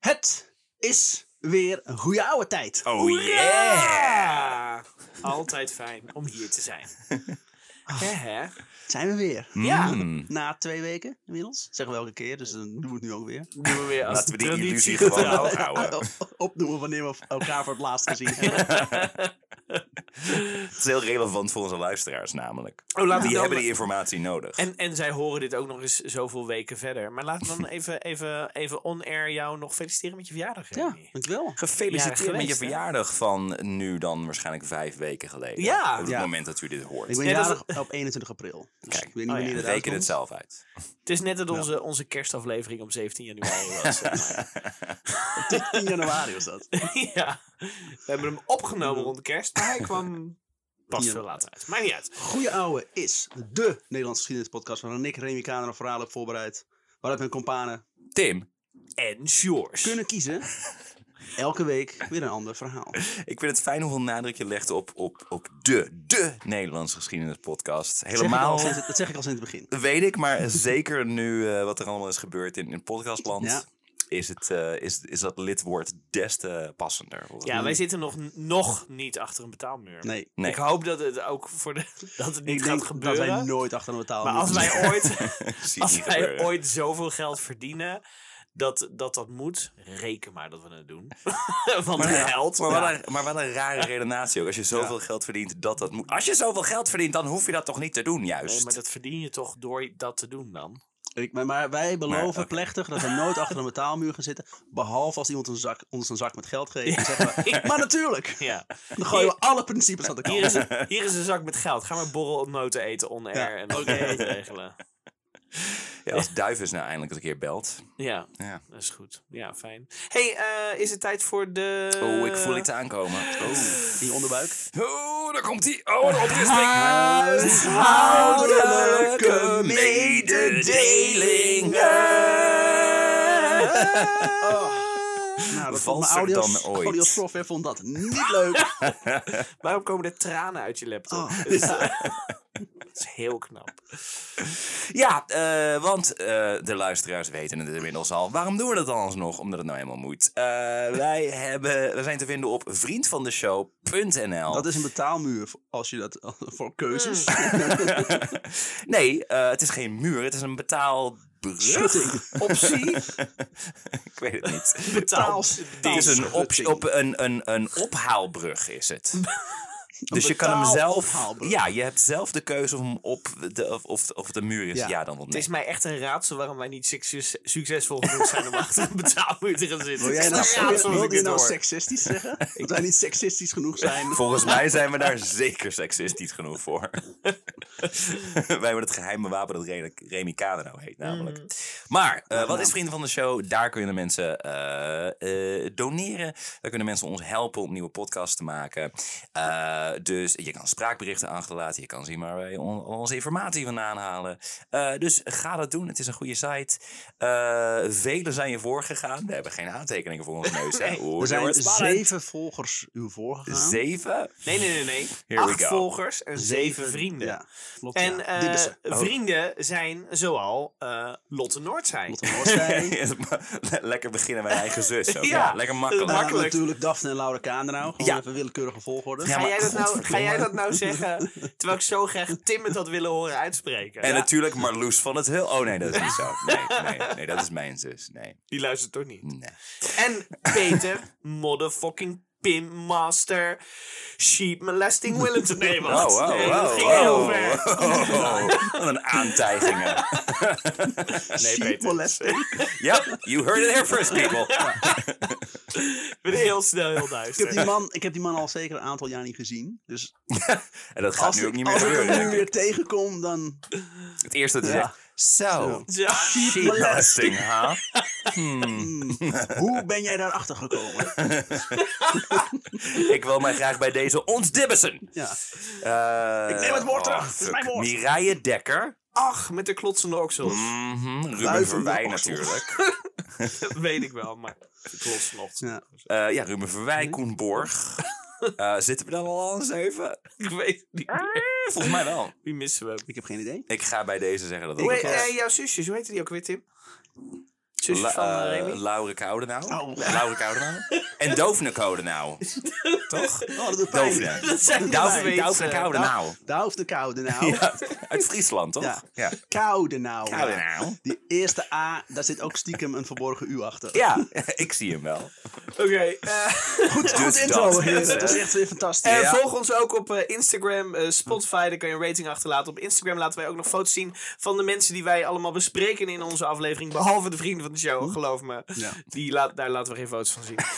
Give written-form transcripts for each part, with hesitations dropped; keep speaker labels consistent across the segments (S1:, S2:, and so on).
S1: Het is weer een goede oude tijd.
S2: Oh yeah! Altijd fijn om hier te zijn.
S1: Zijn we weer.
S2: Ja.
S1: Na 2 weken inmiddels. Zeggen we elke keer, dus dan doen we het nu ook weer.
S2: Doen we weer als
S3: Laten we die
S2: traditie
S3: illusie gewoon
S2: getrouw.
S3: houden.
S1: Opnoemen wanneer we elkaar voor het laatst gezien hebben.
S3: Het is heel relevant voor onze luisteraars namelijk.
S2: Oh, laten we
S3: Die
S2: dan-
S3: hebben die informatie nodig.
S2: En zij horen dit ook nog eens zoveel weken verder. Maar laten we dan even on-air jou nog feliciteren met je verjaardag.
S1: Ja,
S2: Remy.
S1: dankjewel.
S3: Gefeliciteerd
S2: Ja,
S3: met je
S2: geweest, hè?
S3: verjaardag van nu dan waarschijnlijk 5 weken geleden.
S2: Ja.
S3: Op het
S1: Ja.
S3: moment dat u dit hoort.
S1: Ik ben
S2: Ja, dat is-
S1: jarig op 21 april. Dus
S3: Kijk,
S1: ik weet niet wanneer het
S3: Reken
S1: uitkomt.
S3: het zelf uit.
S2: Het is net dat onze kerstaflevering op 17 januari was. zeg maar.
S1: 10 januari was dat.
S2: Ja, we hebben hem opgenomen rond de kerst, maar hij kwam pas
S1: Ja.
S2: veel later uit. Maakt niet uit.
S1: Goeie ouwe is de Nederlandse geschiedenispodcast waarin ik, Remy Kader, een verhaal heb voorbereid. Waaruit mijn companen
S3: Tim,
S2: En Sjors.
S1: kunnen kiezen. Elke week weer een ander verhaal.
S3: ik vind het fijn hoeveel nadruk je legt op de Nederlandse geschiedenispodcast. Helemaal,
S1: Dat zeg ik al sinds het begin.
S3: weet ik, maar zeker nu wat er allemaal is gebeurd in podcastland...
S1: Ja.
S3: Is dat lidwoord des te passender.
S2: Ja, wij zitten nog niet achter een betaalmuur.
S1: Nee.
S3: Nee.
S2: Ik hoop dat het ook dat het niet
S1: Ik
S2: gaat
S1: denk
S2: gebeuren.
S1: dat wij nooit achter een betaal
S2: Maar als
S1: moeten
S2: wij ooit,
S3: Zie
S2: als
S3: niet
S2: wij
S3: gebeuren.
S2: ooit zoveel geld verdienen dat moet, reken maar dat we het doen. Want geld.
S3: Maar wat een rare redenatie ook. Als je zoveel geld verdient, dat moet. Als je zoveel geld verdient, dan hoef je dat toch niet te doen, juist.
S2: Nee, maar dat verdien je toch door dat te doen dan?
S1: Maar wij beloven
S3: oké.
S1: plechtig dat we nooit achter een betaalmuur gaan zitten. Behalve als iemand ons een zak met geld geeft. Dan zeggen we, maar natuurlijk.
S2: Ja.
S1: Dan gooien we alle principes aan de
S2: Hier
S1: kant.
S2: is een zak met geld. Ga maar borrelnoten eten on-air
S1: Ja,
S2: en dan
S1: oké.
S2: regelen.
S3: Ja, als Duivens nou eindelijk eens een keer belt.
S2: Ja,
S3: Ja.
S2: dat is goed. Ja, fijn. Hey, is het tijd voor de...
S3: Oh, ik voel iets aankomen.
S1: In je onderbuik.
S3: Oh, daar komt hij. Oh, de oprisping.
S2: Huishoudelijke
S1: Nou, dat vond
S3: Valser
S1: mijn
S3: dan ooit.
S1: audiosoftware vond dat niet leuk.
S2: Waarom komen er tranen uit je laptop?
S1: Oh.
S2: Dat is heel knap.
S3: Ja, want de luisteraars weten het inmiddels al. Waarom doen we dat dan alsnog? Omdat het nou helemaal moet. We zijn te vinden op vriendvandeshow.nl.
S1: Dat is een betaalmuur als je dat voor keuzes.
S3: Nee, het is geen muur. Het is een betaalbrug.
S1: Schutting.
S3: Optie? Ik weet het niet. Het is een ophaalbrug is het. Dus je kan hem zelf...
S1: betaalophaalbrug.
S3: Ja, je hebt zelf de keuze om of de muur is ja dan of
S2: Het
S3: nee.
S2: is mij echt een raadsel waarom wij niet succesvol genoeg zijn om achter een betaalmuur te gaan zitten.
S1: Wil jij nou,
S2: Het is een raadsel als
S1: wil
S2: ik
S1: je
S2: dit
S1: nou
S2: hoor.
S1: seksistisch zeggen? Dat wij niet seksistisch genoeg zijn.
S3: Volgens mij zijn we daar zeker seksistisch genoeg voor. Wij hebben het geheime wapen dat Remy Kader nou heet namelijk. Maar, wat is Vrienden van de Show? Daar kunnen mensen doneren. Daar kunnen mensen ons helpen om nieuwe podcasts te maken. Dus je kan spraakberichten achterlaten. Je kan zien waar wij onze informatie vandaan halen. Dus ga dat doen. Het is een goede site. Velen zijn je voorgegaan. We hebben geen aantekeningen voor onze neus. Hè? Oeh,
S1: Er
S3: dit
S1: zijn
S3: wordt spannend.
S1: 7 volgers u voorgegaan.
S3: 7?
S2: Nee.
S3: Here we
S2: 8
S3: go.
S2: volgers en 7 vrienden.
S1: Ja, klopt.
S2: En
S1: ja. Dibbessen.
S2: vrienden zijn zoal Lotte Noordzij.
S1: Lotte Noordzij.
S3: Lekker beginnen bij eigen zus. Ook.
S2: Ja,
S3: Ja, lekker makkelijk.
S2: makkelijk.
S1: Natuurlijk Daphne en Laura Kaanderau. Gewoon
S3: Ja.
S1: even willekeurige volgorde.
S3: Ja,
S2: Ga
S3: maar
S2: jij dat nou zeggen, terwijl ik zo graag Tim het had willen horen uitspreken?
S3: En natuurlijk Marloes van het Hul. Oh nee, dat is niet zo. Nee, dat is mijn zus. Nee.
S2: Die luistert toch niet.
S3: Nee.
S2: En Peter, motherfucking Pimmaster, sheep molesting Willem. Nee, wat?
S3: Oh,
S2: Nee, dat ging heel ver.
S3: Wat een aantijgingen.
S1: Sheep molesting.
S3: Yep, you heard it here first, people.
S2: Ik ben heel snel heel duister.
S1: Ik heb die man al zeker een aantal jaar niet gezien. Dus
S3: En dat gaat
S1: als
S3: nu ook
S1: ik,
S3: niet meer
S1: als ik
S3: gebeuren.
S1: hem nu
S3: denk ik.
S1: weer tegenkom, dan...
S3: Het eerste dat hij
S1: Ja.
S3: zegt. Zo.
S2: Ja.
S3: Sheep molesting, huh?
S1: Hoe ben jij daarachter gekomen?
S3: Ik wil mij graag bij deze ontdibbissen.
S1: Ja.
S3: Ik
S1: neem het woord terug. Het is mijn woord.
S3: Mireille Dekker.
S2: Ach, met de klotsende oksels.
S3: Ruben
S1: Wuivende
S3: Verwij
S1: oksels.
S3: natuurlijk.
S2: Weet ik wel, maar de klotsende oksels.
S1: Ja.
S3: Ja, Ruben Verwij, Koen Borg. Zitten we dan al aan 7?
S2: Ik weet het niet.
S3: Volgens mij wel.
S2: Wie missen we?
S1: Ik heb geen idee.
S3: Ik ga bij deze zeggen dat
S2: Hoe
S3: ik...
S2: heet jouw zusjes? Hoe heette die ook weer, Tim? Zusjes van Remy.
S3: Laure Koudenau.
S1: Oh.
S3: Laure Koudenau. En Dovne Koudenau. Toch?
S1: Oh, dat doet pijn.
S3: Dovne.
S2: Dat zijn
S3: Dovne Koudenau.
S1: De hoofd de koude nou.
S3: Ja, uit Friesland, toch?
S1: Ja. Koude nou.
S3: Koudenau.
S1: Die eerste A, daar zit ook stiekem een verborgen U achter.
S3: Ja, ik zie hem wel.
S2: Oké.
S1: Goed
S3: Dus
S1: intro,
S3: dat.
S1: heren. Dat is echt weer fantastisch.
S3: Ja.
S2: Volg ons ook op Instagram, Spotify. Daar kan je een rating achterlaten. Op Instagram laten wij ook nog foto's zien van de mensen die wij allemaal bespreken in onze aflevering. Behalve de vrienden van de show, geloof me.
S1: Ja.
S2: Daar laten we geen foto's van zien.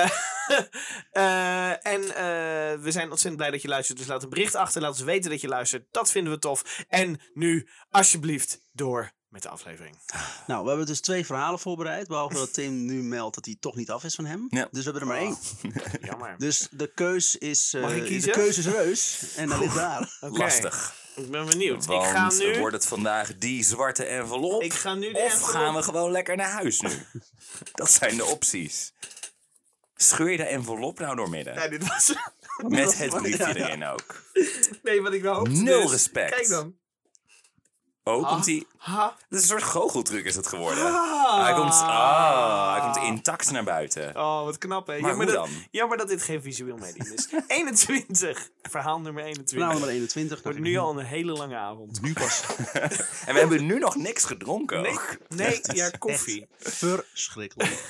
S2: We zijn ontzettend blij dat je luistert. Dus laat een bericht achter. Laat ons weten dat je luistert. Dat vinden we tof. En nu, alsjeblieft, door met de aflevering.
S1: Nou, we hebben dus 2 verhalen voorbereid. Behalve dat Tim nu meldt dat hij toch niet af is van hem.
S3: Ja.
S1: Dus we hebben er maar 1.
S2: Jammer.
S1: Dus de keus is...
S2: Mag ik kiezen?
S1: De keus is reus. En dat ligt daar.
S2: Oké.
S3: Lastig.
S2: Ik ben benieuwd.
S3: Want
S2: Ik ga nu...
S3: wordt het vandaag die zwarte envelop?
S2: Ik ga nu de
S3: Of
S2: envelop-
S3: gaan we gewoon lekker naar huis nu? Dat zijn de opties. Scheur je de envelop nou doormidden?
S2: Nee, dit was...
S3: Met het briefje
S1: Ja.
S3: erin ook.
S2: Nee, wat ik wel hoopte.
S3: Nul
S2: dus.
S3: respect.
S2: Kijk dan.
S3: Oh, komt hij...
S2: Ha.
S3: Het is een soort goocheltruc is het geworden.
S2: Ah.
S3: Hij komt intact naar buiten.
S2: Oh, wat knap, hè?
S3: Maar hoe dan?
S2: Jammer dat dit geen visueel medium is. 21. Verhaal nummer 21.
S1: Verhaal nummer 21.
S2: Wordt nu al een hele lange avond.
S1: Nu pas.
S3: En we hebben nu nog niks gedronken.
S2: Nee,
S3: ook.
S2: nee, ja, koffie.
S1: Verschrikkelijk.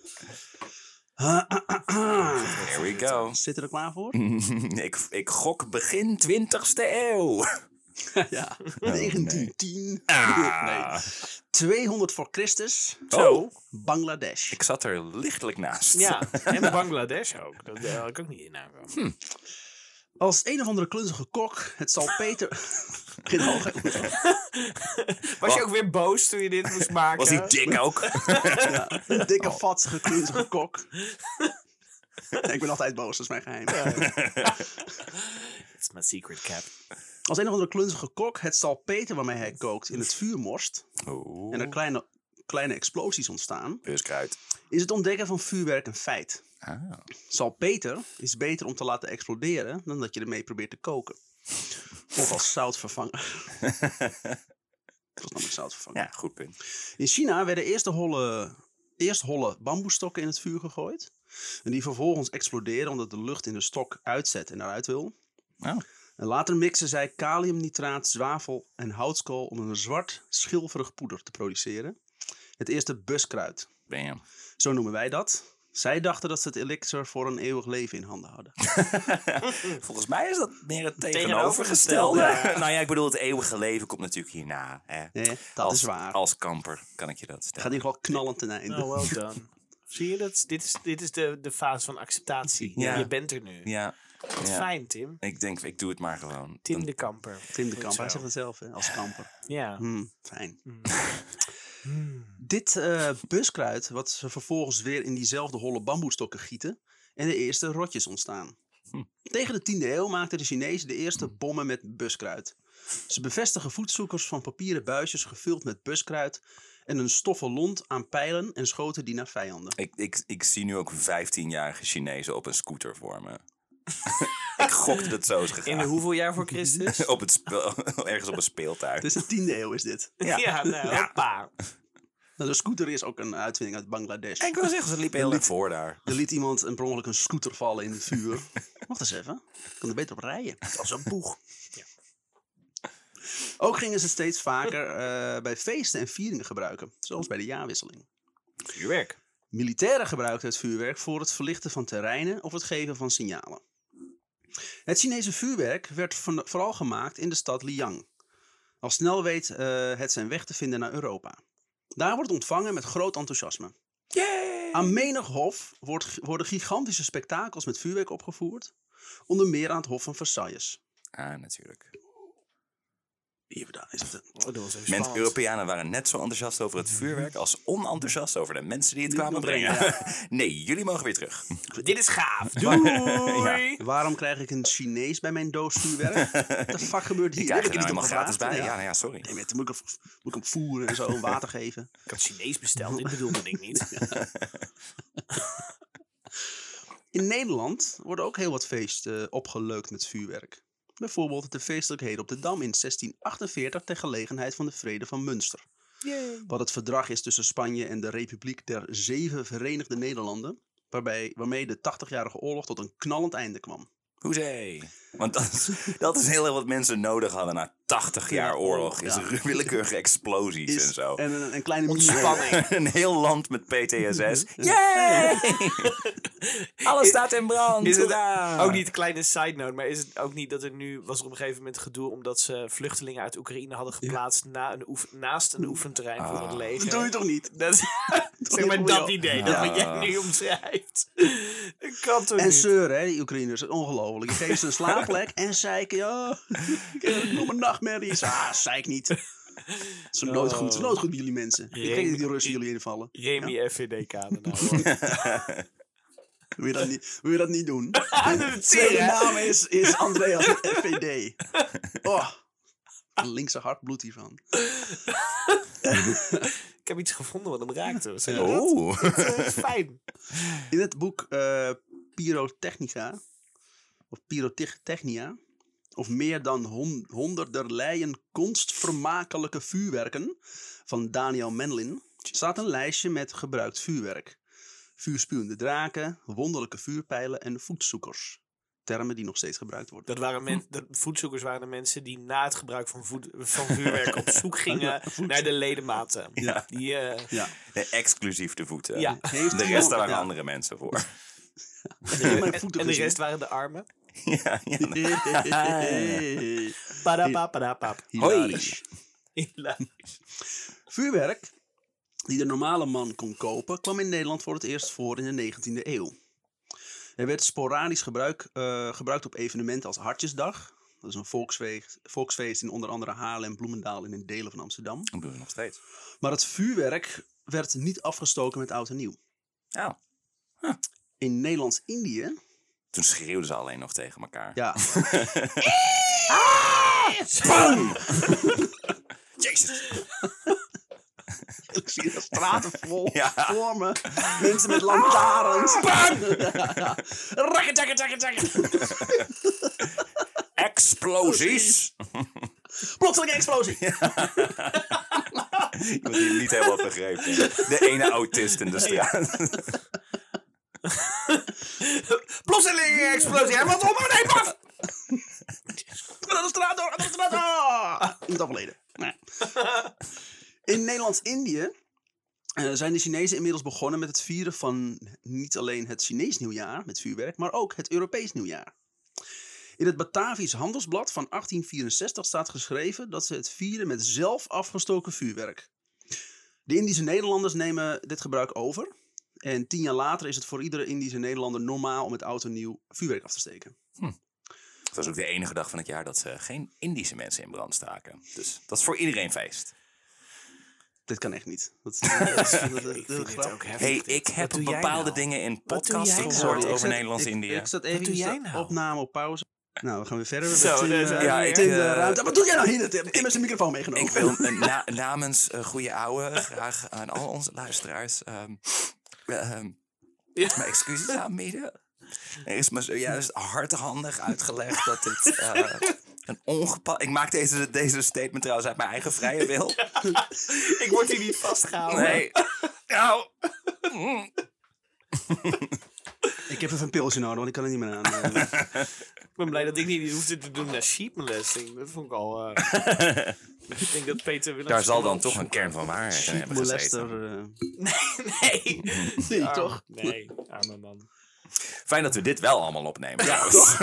S3: Here we go.
S1: Zit er klaar voor?
S3: Ik gok begin 20e eeuw.
S1: Ja. 1910.
S3: Ah.
S1: Nee. 200 voor Christus.
S2: Zo.
S1: Bangladesh.
S3: Ik zat er lichtelijk naast.
S2: Ja, en Bangladesh ook. Dat had ik ook niet in aankomen.
S1: Als een of andere klunzige kok het salpeter... Begin hoog, hè?
S2: Was je ook weer boos toen je dit moest maken?
S3: Was hij dik ook?
S1: Ja, een dikke, vatsige, klunzige kok. Ik ben altijd boos, dat is mijn geheim.
S2: It's my secret cap.
S1: Als een of andere klunzige kok het salpeter waarmee hij kookt in het vuur morst...
S3: Oeh.
S1: en er kleine explosies ontstaan...
S3: Buskruid.
S1: is het ontdekken van vuurwerk een feit.
S3: Ah.
S1: Salpeter is beter om te laten exploderen dan dat je ermee probeert te koken. Of als zoutvervanger. Dat was namelijk zoutvervanger.
S3: Ja, goed punt.
S1: In China werden eerst holle bamboestokken in het vuur gegooid. En die vervolgens exploderen omdat de lucht in de stok uitzet en eruit wil.
S3: Oh.
S1: En later mixen zij kaliumnitraat, zwavel en houtskool om een zwart, schilferig poeder te produceren. Het eerste buskruid.
S3: Bam.
S1: Zo noemen wij dat. Zij dachten dat ze het elixir voor een eeuwig leven in handen hadden.
S3: Volgens mij is dat meer het
S2: Tegenovergestelde.
S3: tegenovergestelde. Nou ja, ik bedoel, het eeuwige leven komt natuurlijk hierna. Hè.
S1: Nee, dat is waar.
S3: Als kamper kan ik je dat
S1: Het
S3: stellen.
S1: gaat in ieder geval knallend ten einde.
S2: Oh, well done. Zie je dat? Dit is de fase van acceptatie.
S3: Ja.
S2: Je bent er nu.
S3: Ja.
S2: Wat
S3: Ja.
S2: fijn, Tim.
S3: Ik denk, ik doe het maar gewoon.
S2: Tim de Kamper.
S1: Tim de
S2: Goed
S1: Kamper, hij
S2: zo.
S1: zegt het zelf, hè, als kamper.
S2: Ja.
S1: Fijn. Dit buskruid, wat ze vervolgens weer in diezelfde holle bamboestokken gieten en de eerste rotjes ontstaan. Tegen de 10e eeuw maakten de Chinezen de eerste bommen met buskruid. Ze bevestigen voetzoekers van papieren buisjes gevuld met buskruid en een stoffen lont aan pijlen en schoten die naar vijanden.
S3: Ik zie nu ook 15-jarige Chinezen op een scooter voor me. Ik gok dat het zo is gegaan.
S2: In hoeveel jaar voor Christus?
S3: Op het ergens op een speeltuin.
S1: Dus de 10e eeuw is dit.
S2: Ja, nou, hoppa.
S1: Nou, de scooter is ook een uitvinding uit Bangladesh.
S3: En ik wil zeggen, ze liepen heel erg voor daar.
S1: Er liet iemand per ongeluk een scooter vallen in het vuur. Wacht eens even. Ik kan er beter op rijden. Als een boeg.
S2: Ja.
S1: Ook gingen ze steeds vaker bij feesten en vieringen gebruiken. Zoals bij de jaarwisseling.
S2: Vuurwerk.
S1: Militairen gebruikten het vuurwerk voor het verlichten van terreinen of het geven van signalen. Het Chinese vuurwerk werd vooral gemaakt in de stad Liang. Al snel weet het zijn weg te vinden naar Europa. Daar wordt het ontvangen met groot enthousiasme.
S3: Yay!
S1: Aan menig hof worden gigantische spektakels met vuurwerk opgevoerd. Onder meer aan het Hof van Versailles.
S3: Ah, natuurlijk.
S1: Hier vandaan is het.
S2: Oh, dat was even
S3: Mensen,
S2: spannend.
S3: Europeanen waren net zo enthousiast over het vuurwerk als onenthousiast over de mensen die het kwamen brengen. Nee, jullie mogen weer terug.
S2: Dit is gaaf. Doei.
S1: Waarom krijg ik een Chinees bij mijn doos vuurwerk? Wat de fuck gebeurt hier?
S3: Ik krijg
S1: Heb
S3: er
S1: ik
S3: nou
S1: niet
S3: helemaal
S1: op
S3: gratis bij.
S1: gevraagd?
S3: Ja, nou ja, sorry.
S1: Nee, maar moet ik hem voeren en zo, water geven.
S2: Ik had Chinees besteld. Dit bedoelde ik niet.
S1: In Nederland worden ook heel wat feesten opgeleukt met vuurwerk. Bijvoorbeeld de feestelijkheden op de Dam in 1648 ter gelegenheid van de Vrede van Münster. Wat het verdrag is tussen Spanje en de Republiek der 7 Verenigde Nederlanden. Waarmee de 80-jarige oorlog tot een knallend einde kwam.
S3: Hoezee. Want dat is heel erg wat mensen nodig hadden na 80 jaar oorlog. Is willekeurige explosies en zo.
S1: En een kleine
S2: ontspanning.
S3: Een heel land met PTSS. Yay! Alles staat in brand.
S2: Is het
S3: Hoera!
S2: ook niet een kleine side note, maar is het ook niet dat er nu was er op een gegeven moment gedoe omdat ze vluchtelingen uit Oekraïne hadden geplaatst naast een oefenterrein voor het leger?
S1: Dat doe je toch niet?
S2: Dat is zeg maar dat idee, dat wat jij nu omschrijft. Dat kan toch
S1: En
S2: niet?
S1: zeuren, hè, die Oekraïners. Ongelooflijk. Je geeft ze een slaapplek en zeiken. Ja, ik noem een nachtmerries. Zeik niet. Het is nooit goed. Het is nooit goed bij jullie mensen. Ik weet niet dat die Russen jullie invallen.
S2: Remy FVD-kader nou hoor.
S1: Wil je dat niet doen?
S2: Mijn
S1: Mijn tweede naam is Andreas FVD. Oh, een linkse hart bloedt hiervan.
S2: Ik heb iets gevonden wat hem raakte.
S3: Oh.
S2: Dat is fijn.
S1: In het boek Pyrotechnica, of Pyrotechnia, of meer dan honderderleien kunstvermakelijke vuurwerken van Daniel Menlin, staat een lijstje met gebruikt vuurwerk. Vuurspuwende draken, wonderlijke vuurpijlen en voetzoekers. Termen die nog steeds gebruikt worden.
S2: Voetzoekers waren de mensen die na het gebruik van vuurwerk op zoek gingen naar de ledematen.
S3: Ja.
S1: Ja.
S3: Exclusief de voeten.
S2: Ja.
S3: De rest daar waren andere mensen voor.
S2: En de rest waren de armen.
S3: Ja.
S2: Padapap.
S1: Hilarisch.
S2: Hilarisch.
S1: Vuurwerk die de normale man kon kopen, kwam in Nederland voor het eerst voor in de 19e eeuw. Er werd sporadisch gebruikt op evenementen als Hartjesdag. Dat is een volksfeest in onder andere Haarlem, Bloemendaal en in delen van Amsterdam.
S3: Dat doen we nog steeds.
S1: Maar het vuurwerk werd niet afgestoken met oud en nieuw.
S3: Ja.
S1: In Nederlands-Indië...
S3: Toen schreeuwden ze alleen nog tegen elkaar.
S1: Ja.
S3: Bang! Jezus.
S1: Ik zie de straten vol
S3: Ja.
S1: voor me. Mensen met lantaarns.
S3: Explosies.
S1: Plotseling explosie.
S3: Iemand die het niet helemaal begreep. De ene autist in de straat.
S2: Plotseling explosie. Hij valt om. Nee, paf!
S1: Ga de straat door. Niet afgeleden. Nee. In Nederlands-Indië zijn de Chinezen inmiddels begonnen met het vieren van niet alleen het Chinees nieuwjaar met vuurwerk, maar ook het Europees nieuwjaar. In het Batavisch Handelsblad van 1864 staat geschreven dat ze het vieren met zelf afgestoken vuurwerk. De Indische Nederlanders nemen dit gebruik over. En 10 jaar later is het voor iedere Indische Nederlander normaal om met oud en nieuw vuurwerk af te steken.
S3: Het was ook de enige dag van het jaar dat ze geen Indische mensen in brand staken. Dus dat is voor iedereen feest.
S1: Dit kan echt niet. Dat is
S2: ook heftig.
S3: Hey, ik heb
S2: doe jij
S3: bepaalde
S2: nou?
S3: dingen in
S2: Wat doe
S3: podcasts
S2: jij nou?
S3: gehoord
S1: Ik
S3: over
S1: zet-
S3: Nederlands-Indië.
S1: Ik zet even
S2: doe jij
S1: de
S2: nou?
S1: opname op pauze. Nou, we gaan weer verder.
S2: Zo, dus,
S3: ja, ik,
S1: Tim de ruimte. Wat doe jij nou hier? Tim heeft zijn microfoon meegenomen.
S3: Ik wil namens Goeie Ouwe graag aan al onze luisteraars mijn excuses aanbieden. Er is me zojuist hardhandig uitgelegd dat dit een ongepast... Ik maak deze statement trouwens uit mijn eigen vrije wil.
S2: Ik word hier niet vastgehouden.
S3: Nee. Nou...
S1: Ik heb even een pilsje nodig, want ik kan er niet meer aan.
S2: Ik ben blij dat ik niet hoefde te doen naar sheep molesting. Dat vond ik al... ik denk dat Peter Willems...
S3: Daar zal dan toch een kern van waarheid in hebben
S1: Molester.
S3: gezeten.
S2: Nee.
S1: Nee,
S2: Arm-
S1: toch?
S2: Nee, arme man.
S3: Fijn dat we dit wel allemaal opnemen. Ja,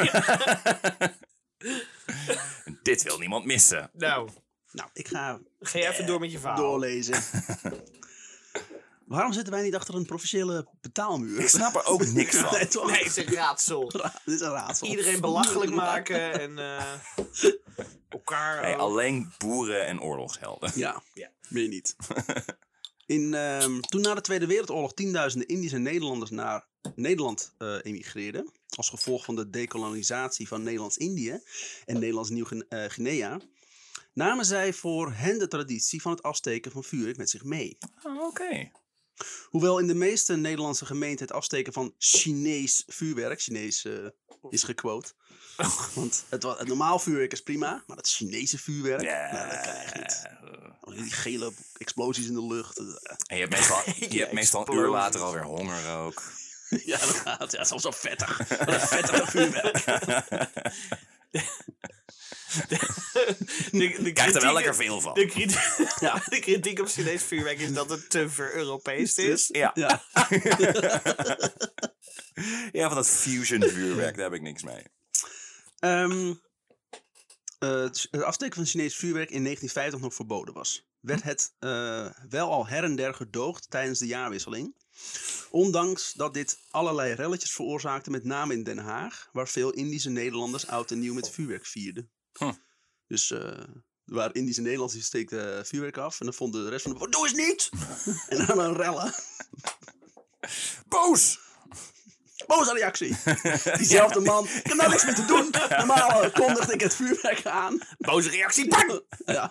S3: Dit wil niemand missen.
S2: Nou,
S1: Nou, ik ga
S2: ga je even door met je verhaal.
S1: doorlezen. Waarom zitten wij niet achter een professionele betaalmuur?
S3: Ik snap er ook niks van.
S1: Nee, toch?
S2: Nee, het is een raadsel.
S1: Dit is een raadsel.
S2: Iedereen belachelijk maken en elkaar...
S3: Hey, alleen boeren en oorlogshelden.
S1: Ja,
S2: Ja.
S1: meer niet. Toen na de Tweede Wereldoorlog tienduizenden Indische Nederlanders naar Nederland emigreerden, als gevolg van de dekolonisatie van Nederlands-Indië en Nederlands Nieuw-Guinea, namen zij voor hen de traditie van het afsteken van vuurwerk met zich mee.
S3: Oh, oké.
S1: Hoewel in de meeste Nederlandse gemeenten het afsteken van Chinees vuurwerk, Chinees is gequote, want het normaal vuurwerk is prima, maar het Chinese vuurwerk, nou, dat kan echt niet. Die gele explosies in de lucht.
S3: En je hebt meestal een uur later alweer honger ook.
S1: Ja, inderdaad. Ja, het is allemaal zo vettig. Wat een vettige vuurwerk.
S3: Je krijgt er wel lekker veel van.
S2: De kritiek op Chinees vuurwerk is dat het te ver-Europees is.
S3: Ja.
S1: Ja.
S3: Ja, van dat fusion vuurwerk, daar heb ik niks mee.
S1: Het afsteken van Chinees vuurwerk in 1950 nog verboden was, werd het wel al her en der gedoogd tijdens de jaarwisseling. Ondanks dat dit allerlei relletjes veroorzaakte, met name in Den Haag, waar veel Indische Nederlanders oud en nieuw met vuurwerk vierden. Dus er waren Indische Nederlanders die steken vuurwerk af en dan vond de rest van de... Doe eens niet! En dan een rellen.
S3: Boos!
S1: Boze reactie. Diezelfde man. Ik heb nou niks meer te doen. Normaal kondigde ik het vuurwerk aan.
S2: Boze reactie. Bang!
S1: Ja.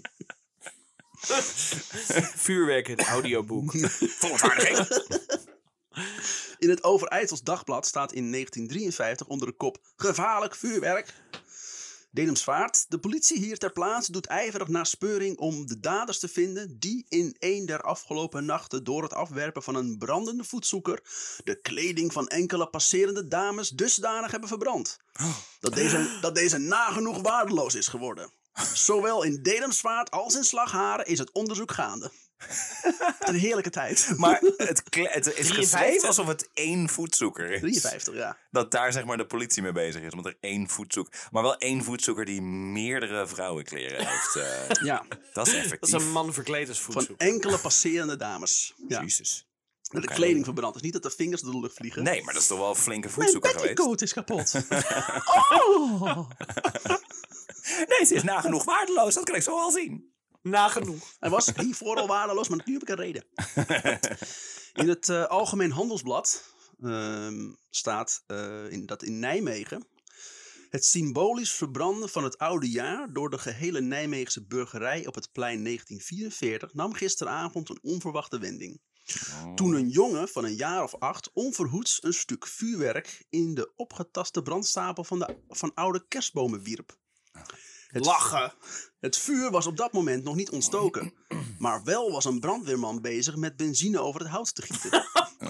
S2: Vuurwerk, het audioboek.
S3: Verontwaardiging.
S1: In het Overijssels Dagblad staat in 1953 onder de kop gevaarlijk vuurwerk. Dedemsvaart. De politie hier ter plaatse doet ijverig naspeuring om de daders te vinden die in een der afgelopen nachten door het afwerpen van een brandende voetzoeker de kleding van enkele passerende dames dusdanig hebben verbrand. Dat deze nagenoeg waardeloos is geworden. Zowel in Dedemsvaart als in Slagharen is het onderzoek gaande. Een heerlijke tijd.
S3: Maar het is geschreven alsof het één voetzoeker is.
S1: 53, ja.
S3: Dat daar zeg maar de politie mee bezig is. Omdat er één voetzoeker... Maar wel één voetzoeker die meerdere vrouwenkleren heeft.
S1: Ja.
S3: Dat is effectief.
S2: Dat is een man verkleed als
S1: Van
S2: voetzoeker.
S1: enkele passerende dames. Ja.
S3: Jezus.
S1: De kleding verbrand. Dus niet dat de vingers door de lucht vliegen.
S3: Nee, maar dat is toch wel een flinke
S1: Mijn
S3: voetzoeker geweest.
S1: petticoat is kapot. Oh!
S3: Nee, ze is nagenoeg waardeloos. Dat kan ik zo al zien.
S2: Nagenoeg.
S1: Hij was hiervoor al waardeloos, maar nu heb ik een reden. In het Algemeen Handelsblad staat dat in Nijmegen het symbolisch verbranden van het oude jaar door de gehele Nijmeegse burgerij op het plein 1944 nam gisteravond een onverwachte wending. Toen een jongen van een jaar of 8 onverhoeds een stuk vuurwerk in de opgetaste brandstapel van oude kerstbomen wierp.
S2: Lachen.
S1: Het vuur was op dat moment nog niet ontstoken. Maar wel was een brandweerman bezig met benzine over het hout te gieten.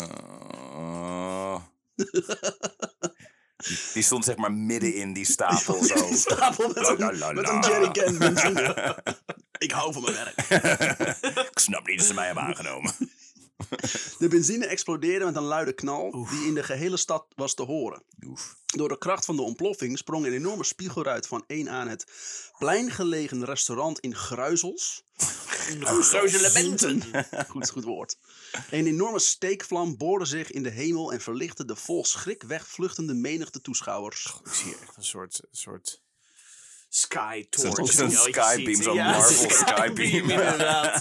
S3: Die stond zeg maar midden in die stapel zo.
S1: Een stapel met een jerrycan benzine. Ik hou van mijn werk.
S3: Ik snap niet dat ze mij hebben aangenomen.
S1: De benzine explodeerde met een luide knal die in de gehele stad was te horen. Door de kracht van de ontploffing sprong een enorme spiegelruit van een aan het plein gelegen restaurant in Gruizels.
S2: Gruizelementen.
S1: Goed woord. Een enorme steekvlam boorde zich in de hemel en verlichtte de vol schrik wegvluchtende menigte toeschouwers.
S2: Ik zie echt een soort sky torch.
S3: Zo'n skybeam, zo'n Marvel skybeam.
S2: Inderdaad.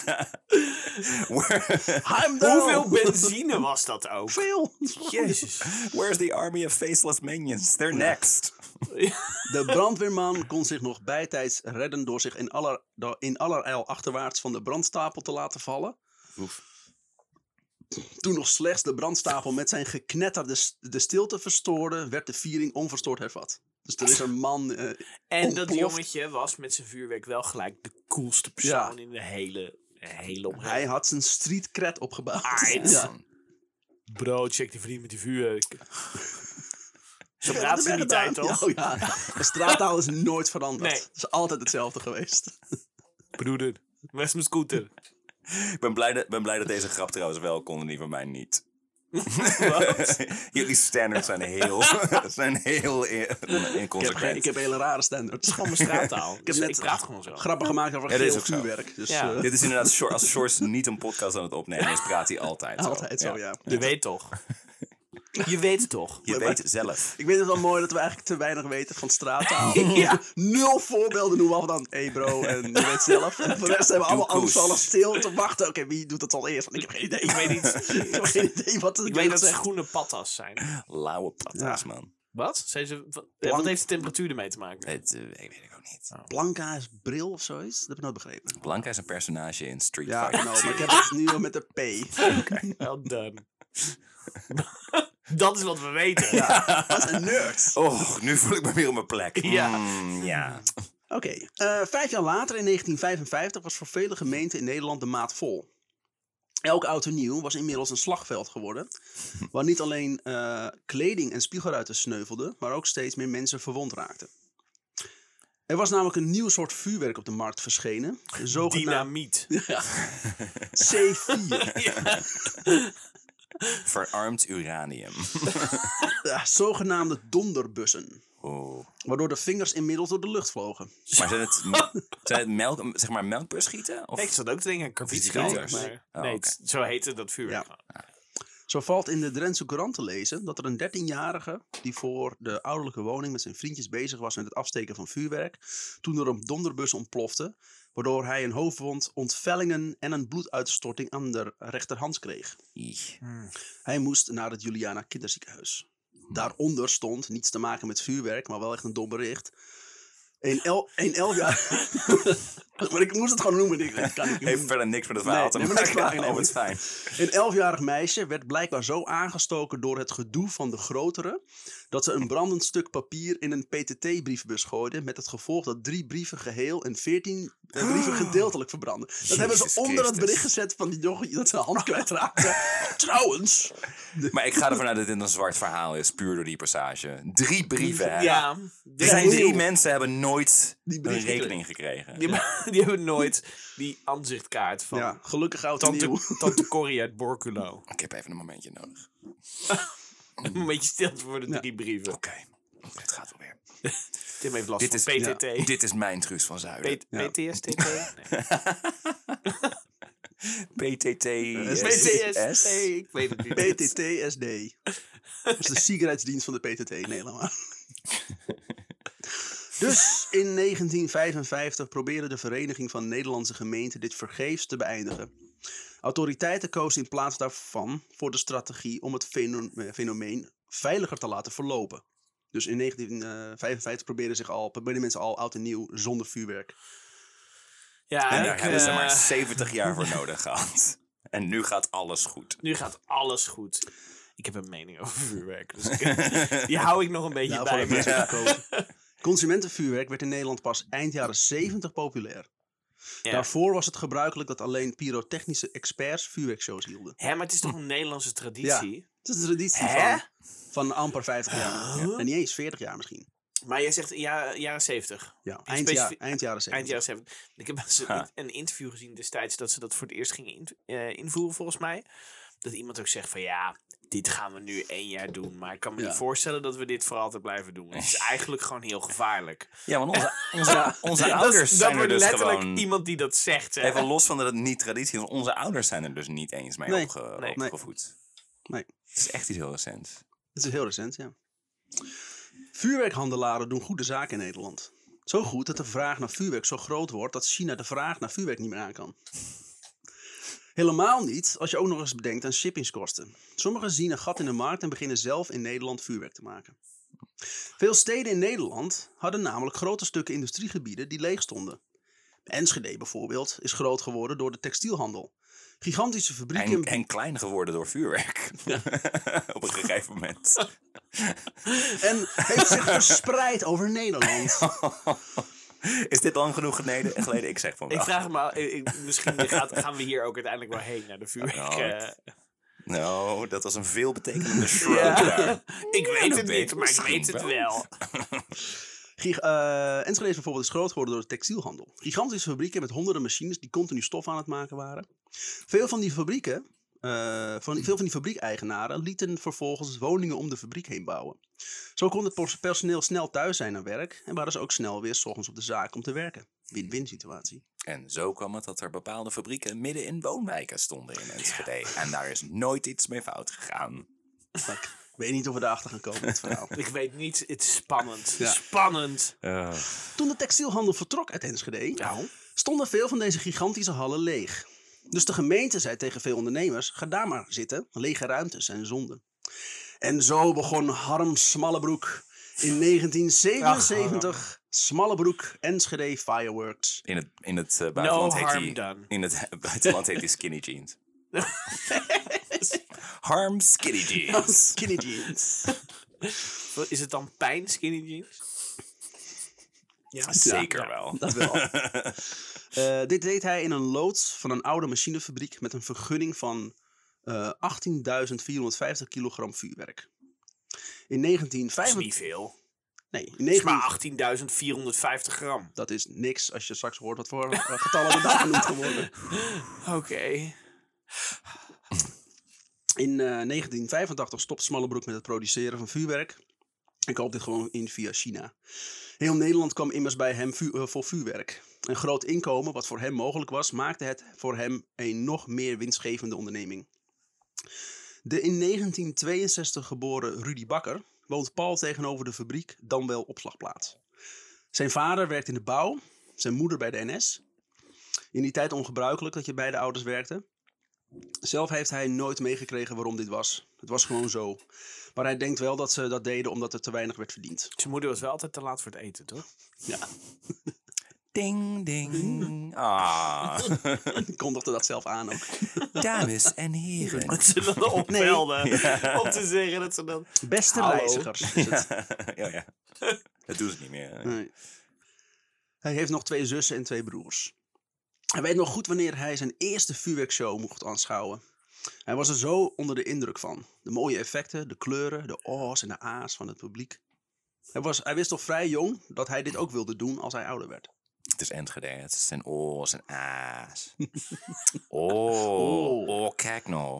S2: Hoeveel benzine was dat ook?
S1: Veel.
S2: Jezus.
S3: Where's the army of faceless minions? They're next.
S1: De brandweerman kon zich nog bijtijds redden door zich in allerijl achterwaarts van de brandstapel te laten vallen. Toen nog slechts de brandstapel met zijn geknetter de stilte verstoorde, werd de viering onverstoord hervat. Dus er is een man
S2: En
S1: ontploft.
S2: dat jongetje was met zijn vuurwerk wel gelijk de coolste persoon in de hele omgeving.
S1: Hij had zijn street cred opgebouwd.
S2: Ja. Bro, check die vriend met die vuurwerk. Zo praat ze in die tijd, toch?
S1: Ja. De straattaal is nooit veranderd.
S2: Nee.
S1: Het is altijd hetzelfde geweest.
S2: Broeder, waar is mijn scooter?
S3: Ik ben blij dat deze grap trouwens wel kon en die van mij niet.
S2: Wat?
S3: Jullie standards zijn heel inconsequent.
S1: Ik heb hele rare standards.
S2: Gewoon mijn straattaal.
S1: Ik heb net
S2: ik praat gewoon zo.
S1: grappen gemaakt over
S3: Ja, dat is
S1: geel
S3: ook zo.
S1: vuurwerk. Dus,
S2: Ja.
S3: Dit is inderdaad, als Shores niet een podcast aan het opnemen is, praat hij altijd zo.
S1: altijd zo, ja.
S2: Je weet toch? Je weet toch?
S3: Je weet het zelf.
S1: Ik vind het wel mooi dat we eigenlijk te weinig weten van straattaal.
S2: Ja.
S1: 0 voorbeelden noemen we dan. Hey bro, en je weet zelf. En voor de rest hebben we allemaal
S3: koes.
S1: alles stil te wachten. Oké, wie doet dat al eerst? Want ik heb geen idee.
S2: Ik weet niet.
S1: Ik heb geen idee wat het
S2: Ik weet dat
S1: zegt.
S2: schoenen patas zijn.
S3: Lauwe patas,
S1: Ja.
S3: man.
S2: Wat? Wat heeft de temperatuur ermee te maken?
S3: Ik weet ik ook niet.
S1: Blanca is bril of zoiets? Dat heb ik nooit begrepen.
S3: Blanca is een personage in Street
S1: Ja,
S3: Fighter.
S1: nou, maar ik heb het nu al met de P.
S2: Well done. Dat is wat we weten.
S1: Dat is een nerd.
S3: Oh, nu voel ik me weer op mijn plek.
S2: Ja.
S3: Ja.
S1: Oké, 5 jaar later in 1955 was voor vele gemeenten in Nederland de maat vol. Elk oud en nieuw was inmiddels een slagveld geworden, waar niet alleen kleding en spiegelruiten sneuvelden, maar ook steeds meer mensen verwond raakten. Er was namelijk een nieuw soort vuurwerk op de markt verschenen. De zogenaamde
S2: Dynamiet.
S1: C4.
S3: Verarmd uranium.
S1: Ja, zogenaamde donderbussen.
S3: Oh.
S1: Waardoor de vingers inmiddels door de lucht vlogen.
S3: Maar zijn het melkbusschieten? Of?
S2: Ik zat ook te denken aan karbietschieters.
S3: Karbietschieters.
S2: Maar
S3: Oh,
S2: nee,
S3: oké.
S2: zo heette dat vuurwerk.
S1: Ja. Zo valt in de Drentse Courant te lezen dat er een 13-jarige die voor de ouderlijke woning met zijn vriendjes bezig was met het afsteken van vuurwerk, toen er een donderbus ontplofte, waardoor hij een hoofdwond, ontvellingen en een bloeduitstorting aan de rechterhand kreeg.
S3: Ih.
S1: Hij moest naar het Juliana Kinderziekenhuis. Daaronder stond, niets te maken met vuurwerk, maar wel echt een dom bericht. Een 11 jaar... maar ik moest het gewoon noemen. Ik kan niet
S3: Heeft verder niks met het verhaal te
S1: Nee,
S3: maken.
S1: niks te maken, nee.
S3: Oh, wat fijn.
S1: Een 11-jarig meisje werd blijkbaar zo aangestoken door het gedoe van de grotere, dat ze een brandend stuk papier in een PTT-briefbus gooide, met het gevolg dat 3 brieven geheel en 14 brieven gedeeltelijk verbrandden. Dat hebben ze onder het bericht gezet van die jochie dat zijn hand kwijtraakte. Trouwens.
S3: Maar ik ga ervan uit dat dit een zwart verhaal is, puur door die passage. 3 brieven, hè?
S2: Ja,
S3: Er zijn 3 mensen hebben nooit
S1: Die
S3: een
S1: brief
S3: rekening gekregen.
S2: die hebben nooit die aanzichtkaart van
S1: Ja, gelukkig oud en nieuw.
S2: Tante Corrie uit Borculo.
S3: Ik heb even een momentje nodig.
S2: Een beetje stilte voor de 3 brieven.
S3: Oké, het gaat wel weer.
S2: Tim heeft last
S3: Dit
S2: van
S3: is,
S2: PTT.
S3: dit is mijn Truus van Zuiden.
S1: Ja.
S2: PTSD? Nee.
S3: PTT.
S2: PTSD, ik weet het niet.
S1: PTT-SD. Dat is de sigaretsdienst van de PTT in Nederland. Dus in 1955 probeerde de Vereniging van Nederlandse Gemeenten dit vergeefs te beëindigen. Autoriteiten kozen in plaats daarvan voor de strategie om het fenomeen veiliger te laten verlopen. Dus in 1955 probeerden mensen al oud en nieuw zonder vuurwerk.
S2: Ja,
S3: En
S2: ik,
S3: daar hebben ze maar 70 jaar voor nodig gehad. En nu gaat alles goed.
S2: nu gaat alles goed. Ik heb een mening over vuurwerk. Dus die hou ik nog een beetje
S1: Daarvoor
S2: bij
S1: hebben
S2: me.
S1: mensen gekozen. Consumentenvuurwerk werd in Nederland pas eind jaren 70 populair.
S2: Ja.
S1: Daarvoor was het gebruikelijk dat alleen pyrotechnische experts vuurwerkshows hielden.
S2: Hè, maar het is toch een Nederlandse traditie?
S1: Het is een traditie
S2: Hè?
S1: van amper 50 jaar.
S2: Huh?
S1: En niet eens 40 jaar misschien.
S2: Maar jij zegt jaren 70.
S1: Ja,
S2: Specifiek-
S1: eind jaren 70.
S2: Eind jaren 70. Ik heb eens een interview gezien destijds dat ze dat voor het eerst gingen invoeren volgens mij. Dat iemand ook zegt van ja, dit gaan we nu 1 jaar doen. Maar ik kan me
S1: Ja.
S2: niet voorstellen dat we dit voor altijd blijven doen. Het is eigenlijk gewoon heel gevaarlijk.
S3: Ja, want onze
S2: Dat
S3: ouders
S2: is-
S3: zijn
S2: dat
S3: er
S2: wordt
S3: dus
S2: letterlijk
S3: gewoon...
S2: iemand die dat zegt. Hè?
S3: Even los van dat het niet traditie is. Onze ouders zijn er dus niet eens mee
S1: Nee.
S3: opgevoed.
S1: Nee.
S3: Het is echt iets heel recents.
S1: Het is heel recent, ja. Vuurwerkhandelaren doen goede zaken in Nederland. Zo goed dat de vraag naar vuurwerk zo groot wordt dat China de vraag naar vuurwerk niet meer aan kan. Helemaal niet als je ook nog eens bedenkt aan shippingskosten. Sommigen zien een gat in de markt en beginnen zelf in Nederland vuurwerk te maken. Veel steden in Nederland hadden namelijk grote stukken industriegebieden die leeg stonden. Enschede bijvoorbeeld is groot geworden door de textielhandel. Gigantische fabrieken...
S3: En klein geworden door vuurwerk. Op een gegeven moment.
S1: En heeft zich verspreid over Nederland.
S3: Is dit lang genoeg geleden? Ik zeg van wel.
S2: Ik vraag me af, misschien gaan we hier ook uiteindelijk wel heen naar de vuurwerk.
S3: Nou, Nou, dat was een veelbetekenende shrug
S2: Ja.
S3: daar.
S2: Ik weet
S3: dat
S2: het
S3: weet
S2: niet,
S3: ik
S2: maar ik
S3: misschien
S2: weet het
S3: wel.
S2: wel.
S1: Enschede is bijvoorbeeld is groot geworden door de textielhandel. Gigantische fabrieken met honderden machines die continu stof aan het maken waren. Veel van die fabrieken, veel van die fabriekeigenaren lieten vervolgens woningen om de fabriek heen bouwen. Zo kon het personeel snel thuis zijn naar werk en waren ze ook snel weer 's ochtends op de zaak om te werken. Win-win situatie.
S3: En zo kwam het dat er bepaalde fabrieken midden in woonwijken stonden in Enschede. En daar is nooit iets mee fout gegaan.
S1: Maar ik weet niet of we daarachter gaan komen met het verhaal.
S2: Ik weet niet, het is spannend.
S1: Ja.
S2: Spannend.
S1: Toen de textielhandel vertrok uit Enschede, stonden veel van deze gigantische hallen leeg. Dus de gemeente zei tegen veel ondernemers, ga daar maar zitten, lege ruimtes zijn zonde. En zo begon Harm Smallebroek in 1977, Smallebroek Enschede Fireworks.
S3: In het buitenland
S2: No
S3: heet
S2: harm
S3: die...
S2: done.
S3: In het buitenland heet die skinny jeans. Harm skinny jeans.
S1: Skinny jeans.
S2: Is het dan pijn, skinny jeans? Ja.
S3: Zeker wel.
S1: Dat wel. Dit deed hij in een loods van een oude machinefabriek met een vergunning van 18.450 kilogram vuurwerk. In
S2: Dat is
S1: 1985...
S2: niet veel.
S1: Nee, in
S2: Dat is
S1: 19...
S2: maar 18.450 gram.
S1: Dat is niks als je straks hoort wat voor getallen er daar genoemd geworden.
S2: Oké.
S1: In 1985 stopt Smallebroek met het produceren van vuurwerk. En koopt dit gewoon in via China. Heel Nederland kwam immers bij hem voor vuurwerk. Een groot inkomen, wat voor hem mogelijk was, maakte het voor hem een nog meer winstgevende onderneming. De in 1962 geboren Rudy Bakker woont pal tegenover de fabriek, dan wel opslagplaats. Zijn vader werkt in de bouw, zijn moeder bij de NS. In die tijd ongebruikelijk dat je beide ouders werkten. Zelf heeft hij nooit meegekregen waarom dit was. Het was gewoon zo. Maar hij denkt wel dat ze dat deden omdat er te weinig werd verdiend.
S2: Zijn moeder was wel altijd te laat voor het eten, toch?
S1: Ja,
S3: Ding, ding. Ah.
S1: ik kondigde dat zelf aan ook.
S3: Dames en heren.
S2: Dat ze dan opvelden. Om te zeggen dat ze dan...
S1: Beste
S2: Hallo.
S1: reizigers is het.
S3: Ja. Dat doen ze niet meer.
S1: Nee. Hij heeft nog 2 zussen en 2 broers. Hij weet nog goed wanneer hij zijn eerste vuurwerkshow mocht aanschouwen. Hij was er zo onder de indruk van. De mooie effecten, de kleuren, de O's en de A's van het publiek. Hij wist al vrij jong dat hij dit ook wilde doen als hij ouder werd.
S3: Het is Enschede. Het zijn O's en A's. Oh, kijk nou.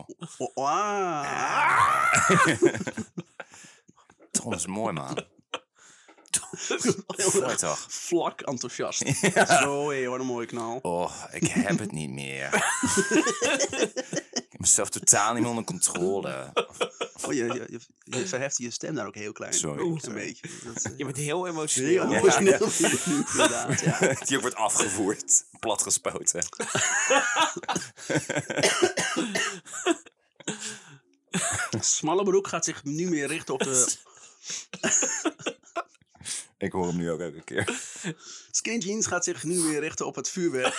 S3: Tom is mooi, man. Mooi toch?
S1: Vlak enthousiast. Zo, hé, wat een mooie knal.
S3: Oh, ik heb het niet meer. Ik heb mezelf totaal niet meer onder controle.
S1: Oh, je verheft je stem daar ook heel klein.
S3: Sorry.
S1: Een beetje. Dat,
S2: Je bent heel emotioneel.
S1: heel snel nu, inderdaad. Ja.
S3: Je wordt afgevoerd. Platgespoten.
S1: Smallebroek gaat zich nu meer richten op de...
S3: Ik hoor hem nu ook elke keer.
S1: Skinny Jeans gaat zich nu weer richten op het vuurwerk.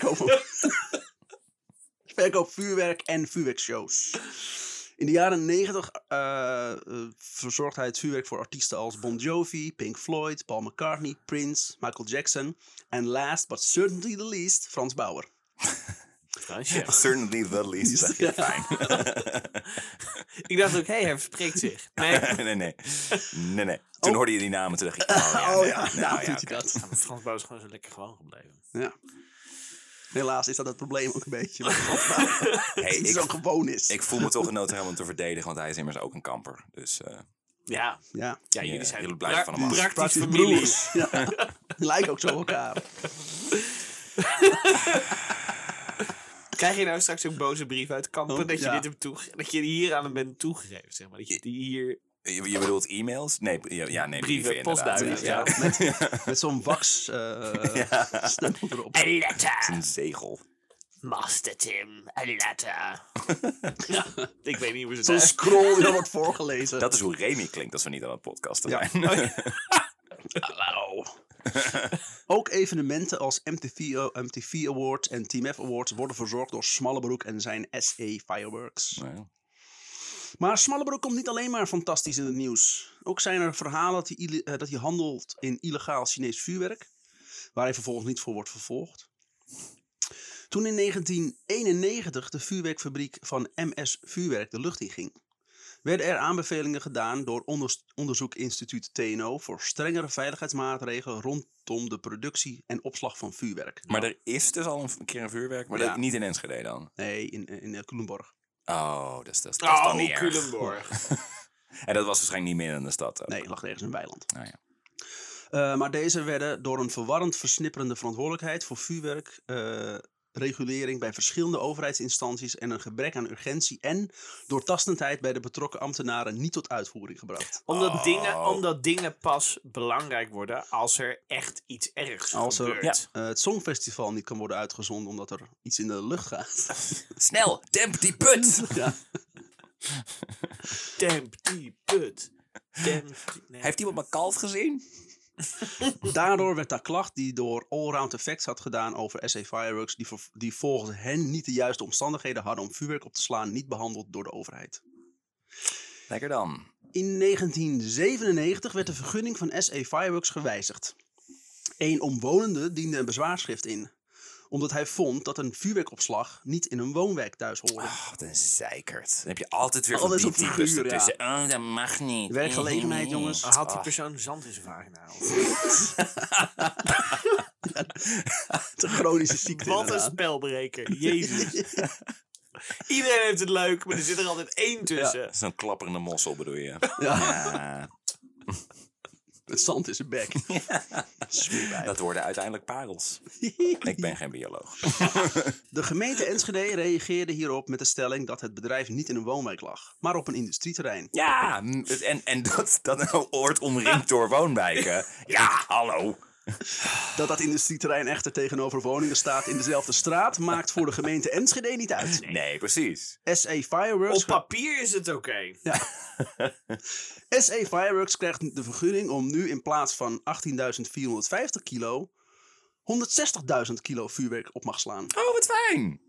S1: Verkoop vuurwerk en vuurwerkshows. In de jaren 90 verzorgt hij het vuurwerk voor artiesten als Bon Jovi, Pink Floyd, Paul McCartney, Prince, Michael Jackson en last but certainly the least, Frans Bauer.
S2: Fransje.
S3: Certainly the least. Dat is fijn.
S2: Ik dacht ook, hij verspreekt zich. Nee.
S3: Nee. Toen hoorde je die namen, toen dacht ik...
S1: Nou ja,
S3: doet
S1: hij
S3: oké.
S1: dat.
S2: Ja, maar Frans Bauer is gewoon zo lekker gewoon gebleven.
S1: Ja. Helaas is dat het probleem ook een beetje.
S3: Hey,
S1: Het zo gewoon is.
S3: ik voel me toch genoodzaakt om hem te verdedigen, want hij is immers ook een kamper. Dus
S2: Ja.
S1: Ja.
S2: Ja, jullie zijn
S3: jullie blijven van hem af.
S2: praktisch
S1: Praktisch
S2: familie.
S1: broers. Ja. Die lijken ook zo op elkaar.
S2: Krijg je nou straks ook boze brief uit Kampen dat je
S1: ja.
S2: dit hebt dat je hier aan hem bent toegegeven, zeg maar. Dat je die hier...
S3: je bedoelt e-mails? Nee, nee,
S2: Brieven,
S3: inderdaad.
S2: postduiven,
S1: Ja. Met zo'n wax stempel erop.
S2: A letter,
S3: Een zegel.
S2: Master Tim, a letter. Ik weet niet hoe ze
S1: Zo'n
S2: het
S1: scroll die dan wordt voorgelezen.
S3: Dat is hoe Remy klinkt als we niet aan het podcasten
S1: Ja.
S3: zijn.
S1: Hallo. Ook evenementen als MTV Awards en Team F Awards worden verzorgd door Smallebroek en zijn SE Fireworks.
S3: Nou,
S1: Maar Smallebroek komt niet alleen maar fantastisch in het nieuws. Ook zijn er verhalen dat hij handelt in illegaal Chinees vuurwerk, waar hij vervolgens niet voor wordt vervolgd. Toen in 1991 de vuurwerkfabriek van MS Vuurwerk de lucht in ging, werden er aanbevelingen gedaan door onderzoekinstituut TNO voor strengere veiligheidsmaatregelen rondom de productie en opslag van vuurwerk.
S3: maar er is dus al een keer een vuurwerk, maar
S1: Ja.
S3: dat niet in Enschede dan.
S1: Nee, in Culemborg.
S3: Oh, dat is dan niet erg.
S2: Culemborg.
S3: En dat was waarschijnlijk niet meer in de stad. Ook.
S1: Nee, het lag ergens in een weiland.
S3: Nou ja.
S1: Maar deze werden door een verwarrend versnipperende verantwoordelijkheid voor vuurwerkregulering bij verschillende overheidsinstanties en een gebrek aan urgentie en doortastendheid bij de betrokken ambtenaren niet tot uitvoering gebracht.
S2: Omdat dingen pas belangrijk worden als er echt iets ergs
S1: Als er
S2: gebeurt.
S1: het Songfestival niet kan worden uitgezonden omdat er iets in de lucht gaat.
S3: Snel, demp die put!
S1: Ja.
S2: Demp die put. Nee.
S3: Heeft iemand mijn kalf gezien?
S1: Daardoor werd de klacht die door Allround Effects had gedaan over SE Fireworks, die volgens hen niet de juiste omstandigheden hadden om vuurwerk op te slaan, niet behandeld door de overheid.
S3: Lekker dan.
S1: In 1997 werd de vergunning van SE Fireworks gewijzigd. Een omwonende diende een bezwaarschrift in, omdat hij vond dat een vuurwerkopslag niet in een woonwijk thuis hoorde.
S3: Oh, wat een zeikert. Dan heb je altijd weer
S1: Alles
S3: van
S1: op
S3: die
S1: figuur,
S3: types ertussen.
S1: ja.
S3: Oh, dat mag niet.
S1: Werkgelegenheid, jongens.
S2: Had die persoon zand in zijn vagina?
S1: Het is een chronische ziekte.
S2: Wat een
S1: inderdaad.
S2: spelbreker. Jezus. Iedereen heeft het leuk, maar er zit er altijd één tussen.
S3: Zo'n klapperende mossel bedoel je.
S1: Ja.
S3: Ja,
S1: Het zand in zijn bek. Smeerwijf.
S3: dat worden uiteindelijk parels. Ik ben geen bioloog.
S1: De gemeente Enschede reageerde hierop met de stelling dat het bedrijf niet in een woonwijk lag, maar op een industrieterrein.
S3: Ja, en dat nou wordt omringd door woonwijken. Ja, hallo.
S1: Dat industrieterrein echter tegenover woningen staat in dezelfde straat, maakt voor de gemeente Enschede niet uit.
S3: Nee, precies.
S1: SE Fireworks...
S2: Op papier is het oké.
S1: SE Fireworks krijgt de vergunning om nu in plaats van 18.450 kilo 160.000 kilo vuurwerk op mag slaan.
S3: Oh, wat fijn.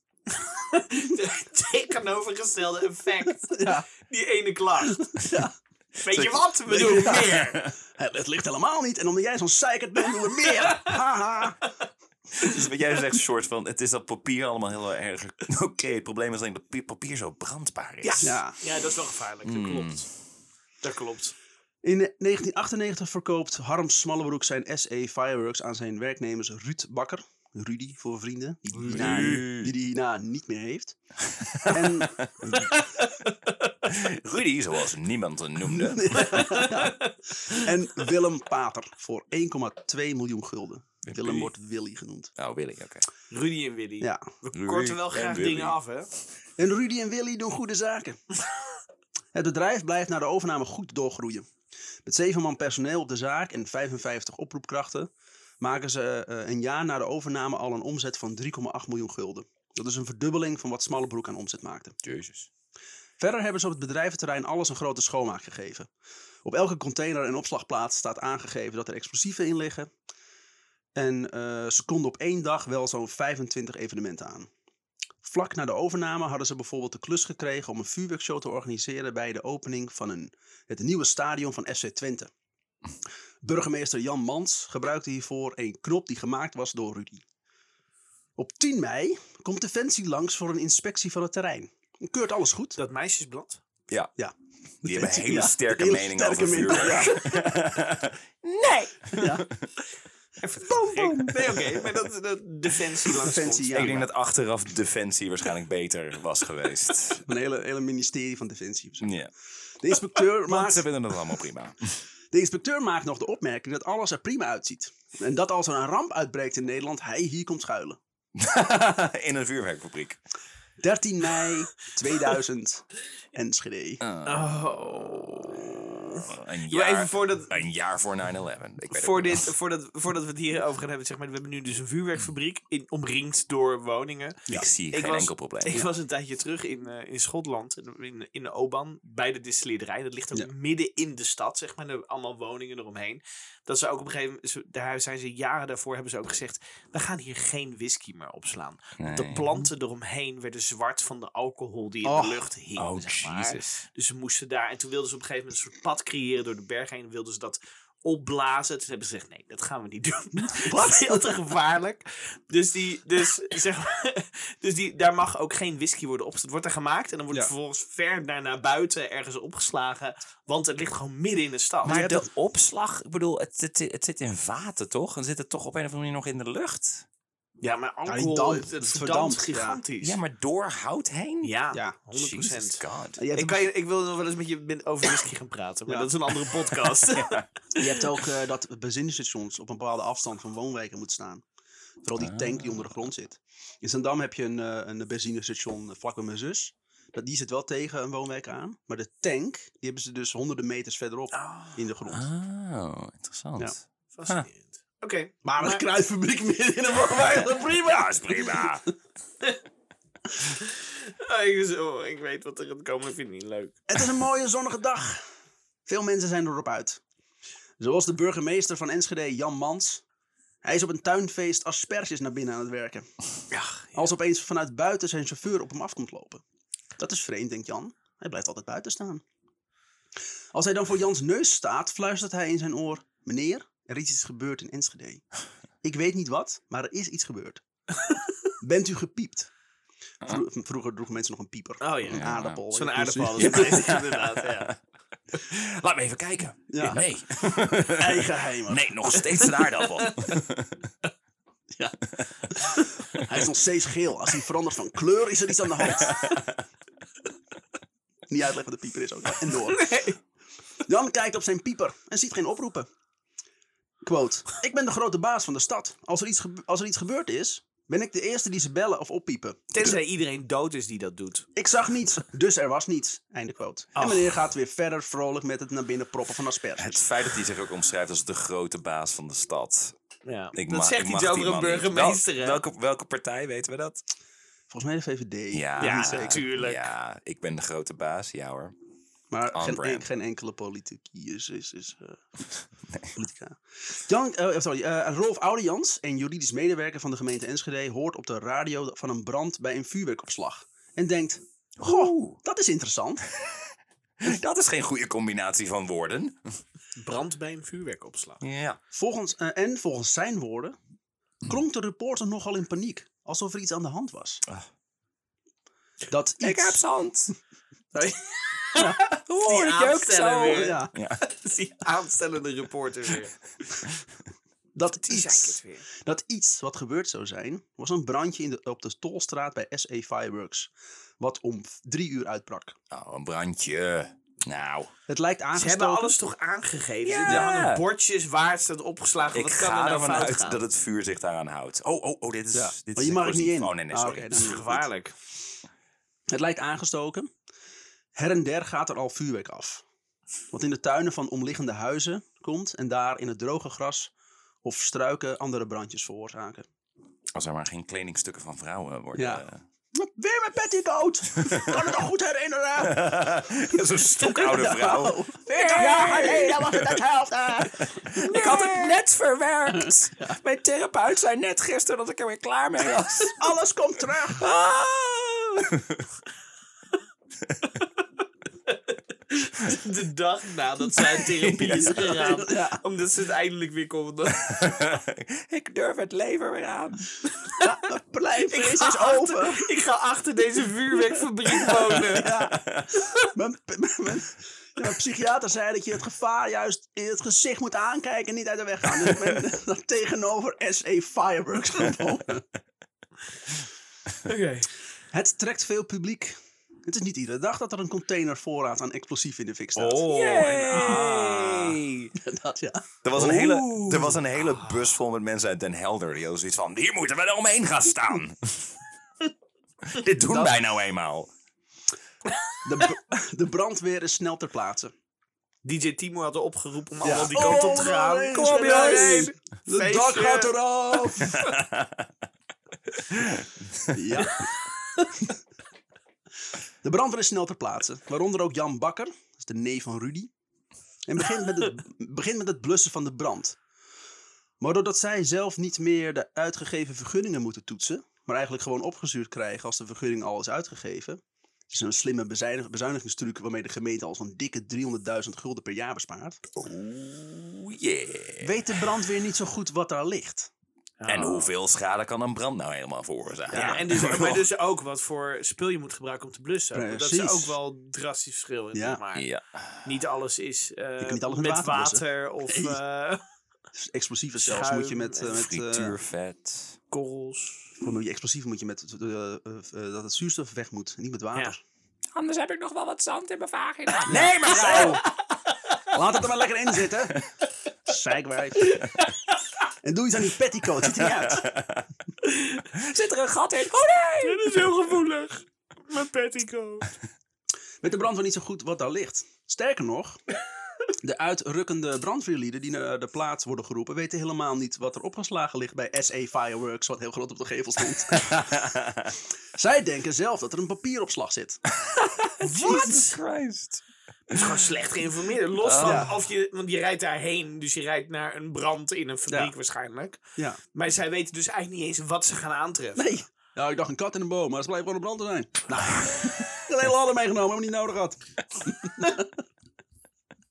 S2: Tegenovergestelde effect.
S1: Ja.
S2: Die ene klacht.
S1: Ja.
S2: Weet je wat? We doen meer.
S1: Het ligt helemaal niet. En omdat jij zo'n zeikert bent, doen we meer. Haha.
S3: Dus wat jij zegt, een soort van, het is dat papier allemaal heel erg... Oké, het probleem is alleen dat papier zo brandbaar is.
S1: Ja.
S2: Ja, dat is wel gevaarlijk. Dat klopt. Dat klopt.
S1: In 1998 verkoopt Harm Smallebroek zijn SE Fireworks aan zijn werknemers Ruud Bakker. Rudy voor vrienden. Die hierna niet meer heeft. En
S3: Rudy, zoals niemand hem noemde.
S1: En Willem Pater voor 1,2 miljoen gulden. Willem wordt Willy genoemd.
S3: Oh, Willy, oké.
S2: Rudy en Willy.
S1: Ja.
S2: We korten wel
S3: en
S2: graag
S3: Willy.
S2: dingen af, hè?
S1: En Rudy en Willy doen goede zaken. Het bedrijf blijft na de overname goed doorgroeien. Met 7 man personeel op de zaak en 55 oproepkrachten maken ze een jaar na de overname al een omzet van 3,8 miljoen gulden. Dat is een verdubbeling van wat Smallebroek aan omzet maakte.
S3: Jezus.
S1: Verder hebben ze op het bedrijventerrein alles een grote schoonmaak gegeven. Op elke container en opslagplaats staat aangegeven dat er explosieven in liggen. En ze konden op 1 dag wel zo'n 25 evenementen aan. Vlak na de overname hadden ze bijvoorbeeld de klus gekregen om een vuurwerkshow te organiseren bij de opening van het nieuwe stadion van FC Twente. Burgemeester Jan Mans gebruikte hiervoor een knop die gemaakt was door Rudy. Op 10 mei komt Defensie langs voor een inspectie van het terrein. Keurt alles goed?
S2: Dat meisjesblad?
S3: Ja.
S1: Ja.
S3: Die hebben hele
S1: Ja,
S3: sterke
S1: hele
S3: meningen
S1: sterke
S3: over
S1: meningen,
S3: vuurwerk.
S2: Nee!
S1: Ja.
S2: Even gek. Nee, oké. Maar dat Defensie langs
S1: Defensie, ja.
S3: Ik denk dat achteraf Defensie waarschijnlijk beter was geweest.
S1: Een hele ministerie van Defensie.
S3: Ja.
S1: De inspecteur
S3: Want ze
S1: maakt...
S3: vinden het allemaal prima.
S1: De inspecteur maakt nog de opmerking dat alles er prima uitziet. En dat als er een ramp uitbreekt in Nederland, hij hier komt schuilen.
S3: In een vuurwerkfabriek.
S1: 13 mei 2000, Enschede.
S3: Een
S2: Maar
S3: jaar,
S2: even voordat,
S3: een jaar voor 9/11. Ik weet
S2: voordat we het hierover gaan hebben, zeg maar, we hebben nu dus een vuurwerkfabriek omringd door woningen.
S3: Ik zie
S2: Ik
S3: geen
S2: was-
S3: enkel probleem.
S2: Ik was een tijdje terug in Schotland, in de Oban, bij de distillerij. Dat ligt ook
S1: Ja.
S2: midden in de stad, zeg maar. Er hebben allemaal woningen eromheen. Dat ze ook op een gegeven moment, daar zijn ze jaren daarvoor, hebben ze ook gezegd, we gaan hier geen whisky meer opslaan. Want de
S3: Nee.
S2: planten eromheen werden zwart van de alcohol die in
S1: Oh.
S2: de lucht hing.
S3: Oh,
S2: zeg maar.
S3: Jezus.
S2: Dus ze moesten daar, en toen wilden ze op een gegeven moment een soort pad creëren door de berg heen. Wilden ze dat opblazen. Toen hebben ze gezegd, nee, dat gaan we niet doen. Wat? Heel te gevaarlijk. Daar mag ook geen whisky worden opgesteld. Het wordt er gemaakt en dan wordt het vervolgens ver naar buiten ergens opgeslagen. Want het ligt gewoon midden in de stad.
S3: Maar
S1: hebt
S3: de
S1: dat-
S3: opslag, ik bedoel, het zit in vaten, toch? Dan zit het toch op een of andere manier nog in de lucht?
S2: Ja, maar
S1: die
S2: alcohol,
S1: damp,
S2: het
S1: het
S2: verdampt
S1: verdampt,
S2: gigantisch.
S3: Ja, maar door hout heen?
S2: Ja,
S1: Ja.
S2: 100%.
S3: Jesus God.
S1: Je hebt,
S2: Ik wil nog wel eens met je over whisky gaan praten, maar
S1: Ja.
S2: dat is een andere podcast.
S1: je hebt ook dat benzinestations op een bepaalde afstand van woonwijken moeten staan. Vooral die tank die onder de grond zit. In Zandam heb je een benzinestation vlak bij mijn zus. Die zit wel tegen een woonwijk aan. Maar de tank, die hebben ze dus honderden meters verderop in de grond.
S3: Oh, interessant.
S1: Ja.
S2: Fascinerend. Oké.
S1: Maar een kruidfabriek midden in een woonwijk, dat is prima.
S3: Ja, is prima.
S2: Ik weet wat er gaat komen, vind ik niet leuk.
S1: Het is een mooie zonnige dag. Veel mensen zijn erop uit. Zoals de burgemeester van Enschede, Jan Mans. Hij is op een tuinfeest asperges naar binnen aan het werken.
S2: Ja,
S1: Als opeens vanuit buiten zijn chauffeur op hem af komt lopen. Dat is vreemd, denkt Jan. Hij blijft altijd buiten staan. Als hij dan voor Jans neus staat, fluistert hij in zijn oor: meneer, Er is iets gebeurd in Enschede. Ik weet niet wat, maar er is iets gebeurd. Bent u gepiept? Vroeger droegen mensen nog een pieper.
S2: Oh ja.
S1: Een aardappel.
S2: Zo'n
S1: Ja,
S2: aardappel.
S1: precies.
S2: Inderdaad, ja.
S3: Laat me even kijken.
S1: Ja.
S3: Nee.
S1: Eigen geheimen.
S3: Nee, nog steeds een aardappel.
S1: Ja. Hij is nog steeds geel. Als hij verandert van kleur, is er iets aan de hand. Niet uitleggen wat de pieper is ook. En door.
S2: Nee.
S1: Jan kijkt op zijn pieper en ziet geen oproepen. Quote. Ik ben de grote baas van de stad. Als er iets gebeurd is, ben ik de eerste die ze bellen of oppiepen.
S2: Tenzij iedereen dood is die dat doet.
S1: Ik zag niets, dus er was niets. Einde quote. En
S2: Ach.
S1: meneer gaat weer verder vrolijk met het naar binnen proppen van asperges.
S3: Het feit dat hij zich ook omschrijft als de grote baas van de stad.
S2: Ja.
S3: Ik
S2: Dat
S3: mag-
S2: zegt
S3: ik
S2: iets
S3: mag
S2: over
S3: die
S2: een
S3: man niet.
S2: burgemeester, hè?
S3: Welke partij, weten we dat?
S1: Volgens mij de VVD.
S2: Ja,
S1: Niet zeker.
S2: natuurlijk.
S3: Ja, ik ben de grote baas. Ja hoor.
S1: Maar
S3: On brand.
S1: geen enkele politici is politica. Rolf Oudejans, een juridisch medewerker van de gemeente Enschede, hoort op de radio van een brand bij een vuurwerkopslag. En denkt, goh, dat is interessant.
S3: Dat is geen goede combinatie van woorden.
S2: Brand bij een vuurwerkopslag.
S3: Ja.
S1: Volgens zijn woorden klonk de reporter nogal in paniek. Alsof er iets aan de hand was.
S3: Ah.
S1: Dat iets...
S3: Ik heb zand.
S2: Die
S3: ik
S2: aanstellen weer.
S1: Ja,
S3: Ja.
S2: Die aanstellende reporter weer. Die zei ik het weer.
S1: Dat iets wat gebeurd zou zijn, was een brandje op de Tolstraat bij SE Fireworks. Wat om 3 uur uitbrak.
S3: Oh, een brandje. Nou,
S1: Het lijkt
S2: Ze
S1: aangestoken.
S2: hebben alles toch aangegeven?
S3: Ja.
S2: Er hangen bordjes waar het staat opgeslagen.
S3: ik
S2: Wat kan er
S3: ga
S2: nou
S3: ervan
S2: fout
S3: uit
S2: gaan?
S3: dat het vuur zich daaraan houdt. Oh, dit is...
S1: Ja.
S3: Dit
S1: Maar
S3: is
S1: je mag het niet in.
S3: Oh, nee,
S1: Ah,
S3: sorry.
S1: oké,
S2: Dat is
S1: dan-
S2: gevaarlijk.
S1: Het lijkt aangestoken. Her en der gaat er al vuurwerk af. Wat in de tuinen van omliggende huizen komt en daar in het droge gras of struiken andere brandjes veroorzaken.
S3: Als er maar geen kledingstukken van vrouwen worden...
S1: Ja. Weer met petticoat! Kan het nog goed herinneren?
S3: Zo'n stokoude vrouw.
S1: 40 jaar geleden was het hetzelfde!
S3: Ik had het net verwerkt. Mijn therapeut zei net gisteren dat ik er weer klaar mee was.
S1: Alles komt terug!
S3: Ah!
S2: De dag nadat zij in therapie is gegaan.
S1: Ja.
S2: Omdat ze het eindelijk weer konden.
S3: Ik durf het leven weer aan.
S1: Het pleinvrees is
S2: ga
S1: over!
S2: Ik ga achter deze vuurwerkfabriek wonen.
S1: Mijn psychiater zei dat je het gevaar juist in het gezicht moet aankijken en niet uit de weg gaan. Dus ik ben dan tegenover SE Fireworks gaan wonen.
S2: Oké.
S1: Het trekt veel publiek. Het is niet iedere dag dat er een containervoorraad aan explosieven in de fik staat.
S3: Yay!
S1: Dat ja.
S3: Er was een hele bus vol met mensen uit Den Helder. Die hadden zoiets van, hier moeten we er omheen gaan staan. Dit doen wij nou eenmaal.
S1: De brandweer is snel ter plaatse.
S2: DJ Timo had er opgeroepen om
S1: Ja.
S2: allemaal die kant op te gaan.
S1: jongens,
S2: Kom op jongens!
S1: De
S2: Feestje.
S1: dak gaat eraf! Ja. De brandweer is snel ter plaatse. Waaronder ook Jan Bakker, dat is de neef van Rudy. En begint met het blussen van de brand. Maar doordat zij zelf niet meer de uitgegeven vergunningen moeten toetsen, maar eigenlijk gewoon opgestuurd krijgen als de vergunning al is uitgegeven. Het is een slimme bezuinigingstruc waarmee de gemeente al zo'n dikke 300.000 gulden per jaar bespaart.
S3: Oeh, yeah.
S1: Weet de brandweer niet zo goed wat daar ligt.
S3: En hoeveel schade kan een brand nou helemaal veroorzaken?
S2: Ja, en dus, maar dus ook wat voor spul je moet gebruiken om te blussen. Dat is
S1: Precies.
S2: ook wel een drastisch verschil in.
S1: Ja.
S2: Maar
S3: Ja.
S2: niet alles is
S1: kan niet alles met
S2: met
S1: water
S2: water of
S1: Explosieven zelfs
S2: Schuim
S1: moet je met
S3: Frituurvet.
S2: korrels.
S1: explosieven moet je met dat het zuurstof weg moet, niet met water.
S3: Anders heb ik nog wel wat zand in mijn vagina. Nee, maar zo!
S1: Laat het er maar lekker in zitten. Zeikwijf. En doe iets aan die petticoat, ziet er niet uit.
S3: Zit er een gat in? Oh nee!
S2: Dit is heel gevoelig. Mijn petticoat.
S1: Weet de brandweer niet zo goed wat daar ligt. Sterker nog, de uitrukkende brandweerlieden die naar de plaats worden geroepen, weten helemaal niet wat er opgeslagen ligt bij SE Fireworks, wat heel groot op de gevel stond. Zij denken zelf dat er een papieropslag zit.
S3: Jesus Christ.
S2: Het is gewoon slecht geïnformeerd. Los van of je, want je rijdt daarheen, dus je rijdt naar een brand in een fabriek
S1: Ja.
S2: waarschijnlijk.
S1: Ja.
S2: Maar zij weten dus eigenlijk niet eens wat ze gaan aantreffen.
S1: Nee. Ja, ik dacht een kat in een boom, maar het blijft gewoon een brand te zijn. Nou, ik heb een hele ladder meegenomen, maar niet nodig had.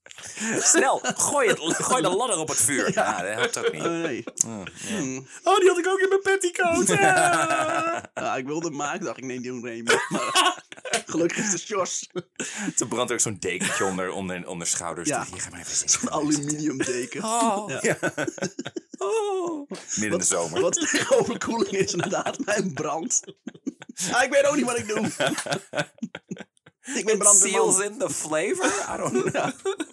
S3: Snel, gooi de ladder op het vuur. Ja, dat helpt ook niet.
S1: Nee.
S2: Oh, die had ik ook in mijn petticoat.
S1: Ja, ik wilde hem maken, dacht ik, nee, die doen Remy. Maar gelukkig is het Jos.
S3: Toen brandt er ook zo'n dekentje onder schouders.
S1: Ja.
S3: Hier, ga maar even zitten.
S1: Een aluminiumdeken.
S3: Oh,
S1: Ja.
S3: oh. Midden in de zomer.
S1: Wat tegenover koeling is inderdaad mijn brand. Ik weet ook niet wat ik doe. Ik ben brandweerman.
S3: Seals in the flavor? I don't know.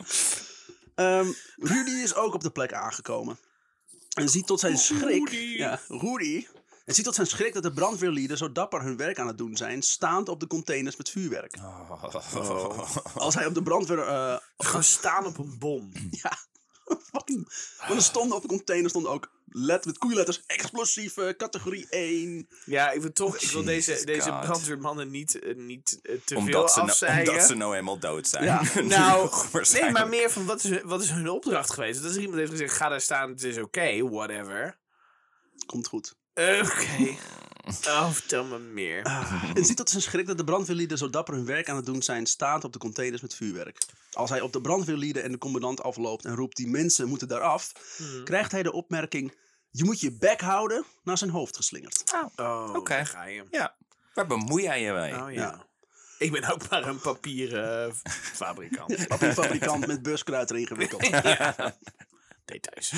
S1: Rudy is ook op de plek aangekomen. En ziet tot zijn schrik... Rudy. En ziet tot zijn schrik dat de brandweerlieden zo dapper hun werk aan het doen zijn, staand op de containers met vuurwerk. Als hij op de brandweer...
S2: Gewoon staan op een bom.
S1: Ja. Fucking... Want er stonden op de container ook met koeienletters explosieve, categorie 1.
S2: Ja, ik wil deze
S3: God.
S2: brandweermannen niet te veel
S3: Omdat
S2: afzeigen.
S3: ze nou eenmaal dood zijn.
S1: Ja.
S2: Nou, nee,
S3: Waarschijnlijk.
S2: maar meer van wat is hun opdracht geweest? Dat er iemand heeft gezegd, ga daar staan, het is oké, whatever.
S1: Komt goed.
S2: Oké. Oh, vertel me meer.
S1: En ziet tot zijn schrik dat de brandweerlieden zo dapper hun werk aan het doen zijn, staand op de containers met vuurwerk. Als hij op de brandweerlieden en de commandant afloopt en roept, die mensen moeten daar af, krijgt hij de opmerking, je moet je bek houden, naar zijn hoofd geslingerd.
S2: Oh,
S3: Oké.
S2: daar ga je.
S3: Ja, waar bemoei jij je mee?
S2: Oh ja.
S1: Ja.
S2: Ik ben ook maar een papieren fabrikant.
S1: Papierfabrikant met buskruid erin gewikkeld.
S2: Details.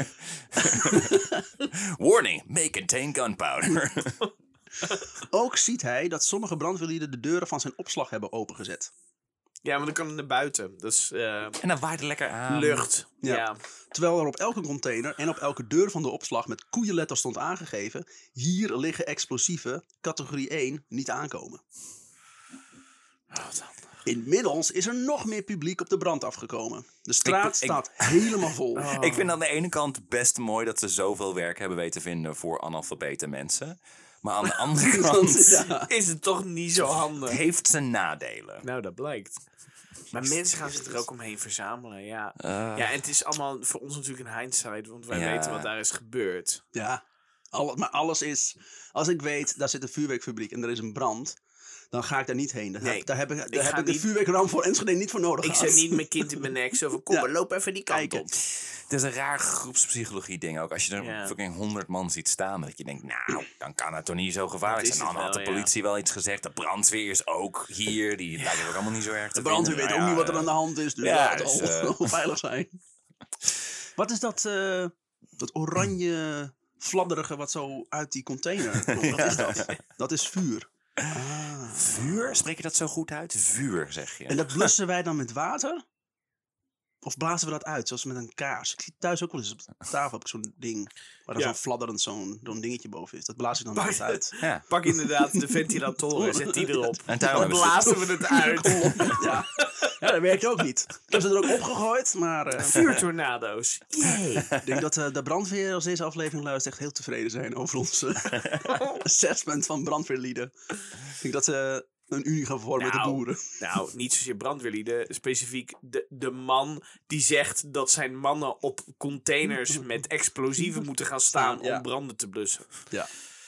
S3: Warning, may contain gunpowder.
S1: Ook ziet hij dat sommige brandweerlieden de deuren van zijn opslag hebben opengezet.
S2: Ja, maar dan kan het naar buiten. Dat is
S3: En dan waait het lekker aan.
S2: lucht.
S1: Ja.
S2: Ja.
S1: Terwijl er op elke container en op elke deur van de opslag met koeienletters stond aangegeven, hier liggen explosieven, categorie 1, niet aankomen. Inmiddels is er nog meer publiek op de brand afgekomen. De straat staat helemaal vol.
S3: Ik vind aan de ene kant best mooi dat ze zoveel werk hebben weten vinden voor analfabete mensen. Maar aan de andere kant
S1: Ja.
S2: Is het toch niet zo handig?
S3: heeft ze nadelen.
S2: Nou, dat blijkt. Maar mensen gaan zich er ook omheen verzamelen, ja. Ja, en het is allemaal voor ons natuurlijk een hindsight, want wij
S3: Ja.
S2: weten wat daar is gebeurd.
S1: Ja, maar alles is... Als ik weet, daar zit een vuurwerkfabriek en er is een brand, dan ga ik daar niet heen. Daar heb ik de
S2: niet-
S1: vuurwerkramp voor Enschede niet voor nodig
S2: Ik
S1: gehad.
S2: zet niet mijn kind in mijn nek zo van, kom maar, loop even die kant
S1: Kijken.
S2: op.
S3: Het is een raar groepspsychologie ding ook. Als je er
S2: Ja.
S3: fucking 100 man ziet staan, dat je denkt, nou, dan kan het toch niet zo gevaarlijk
S2: Dat is
S3: zijn. Dan
S2: het
S3: had de
S2: wel,
S3: politie wel iets gezegd. De brandweer is ook hier. Die lijkt er ook allemaal niet zo erg te
S1: De brandweer weet
S3: vinden.
S1: ook
S3: Nou
S1: niet
S3: ja,
S1: wat er aan de hand is, dus
S3: ja,
S1: dat
S3: dus,
S1: zal veilig zijn. Wat is dat oranje fladderige wat zo uit die container komt? Wat is dat? Dat is vuur.
S3: Vuur? Spreek je dat zo goed uit? Vuur, zeg je.
S1: En dat blussen wij dan met water? Of blazen we dat uit, zoals met een kaars? Ik zie thuis ook wel eens op de tafel heb ik zo'n ding, waar er
S2: Ja.
S1: zo'n fladderend zo'n dingetje boven is. Dat blaas ik dan altijd uit.
S3: Ja.
S2: Pak inderdaad de ventilatoren, zet die erop.
S3: En daarom
S2: Dan
S3: hebben ze-
S2: blazen we het uit.
S1: Ja. Ja, dat werkt ook niet. Ik heb ze er ook opgegooid, maar
S2: Vuurtornado's. Yay.
S1: ik denk dat de brandweer, als deze aflevering luistert, echt heel tevreden zijn over ons assessment van brandweerlieden. Ik denk dat ze een unie gaan vormen met de boeren.
S2: Nou, niet zozeer brandweerlieden. Specifiek de man die zegt dat zijn mannen op containers met explosieven moeten gaan staan
S1: Ja.
S2: om branden te blussen.
S1: Ja.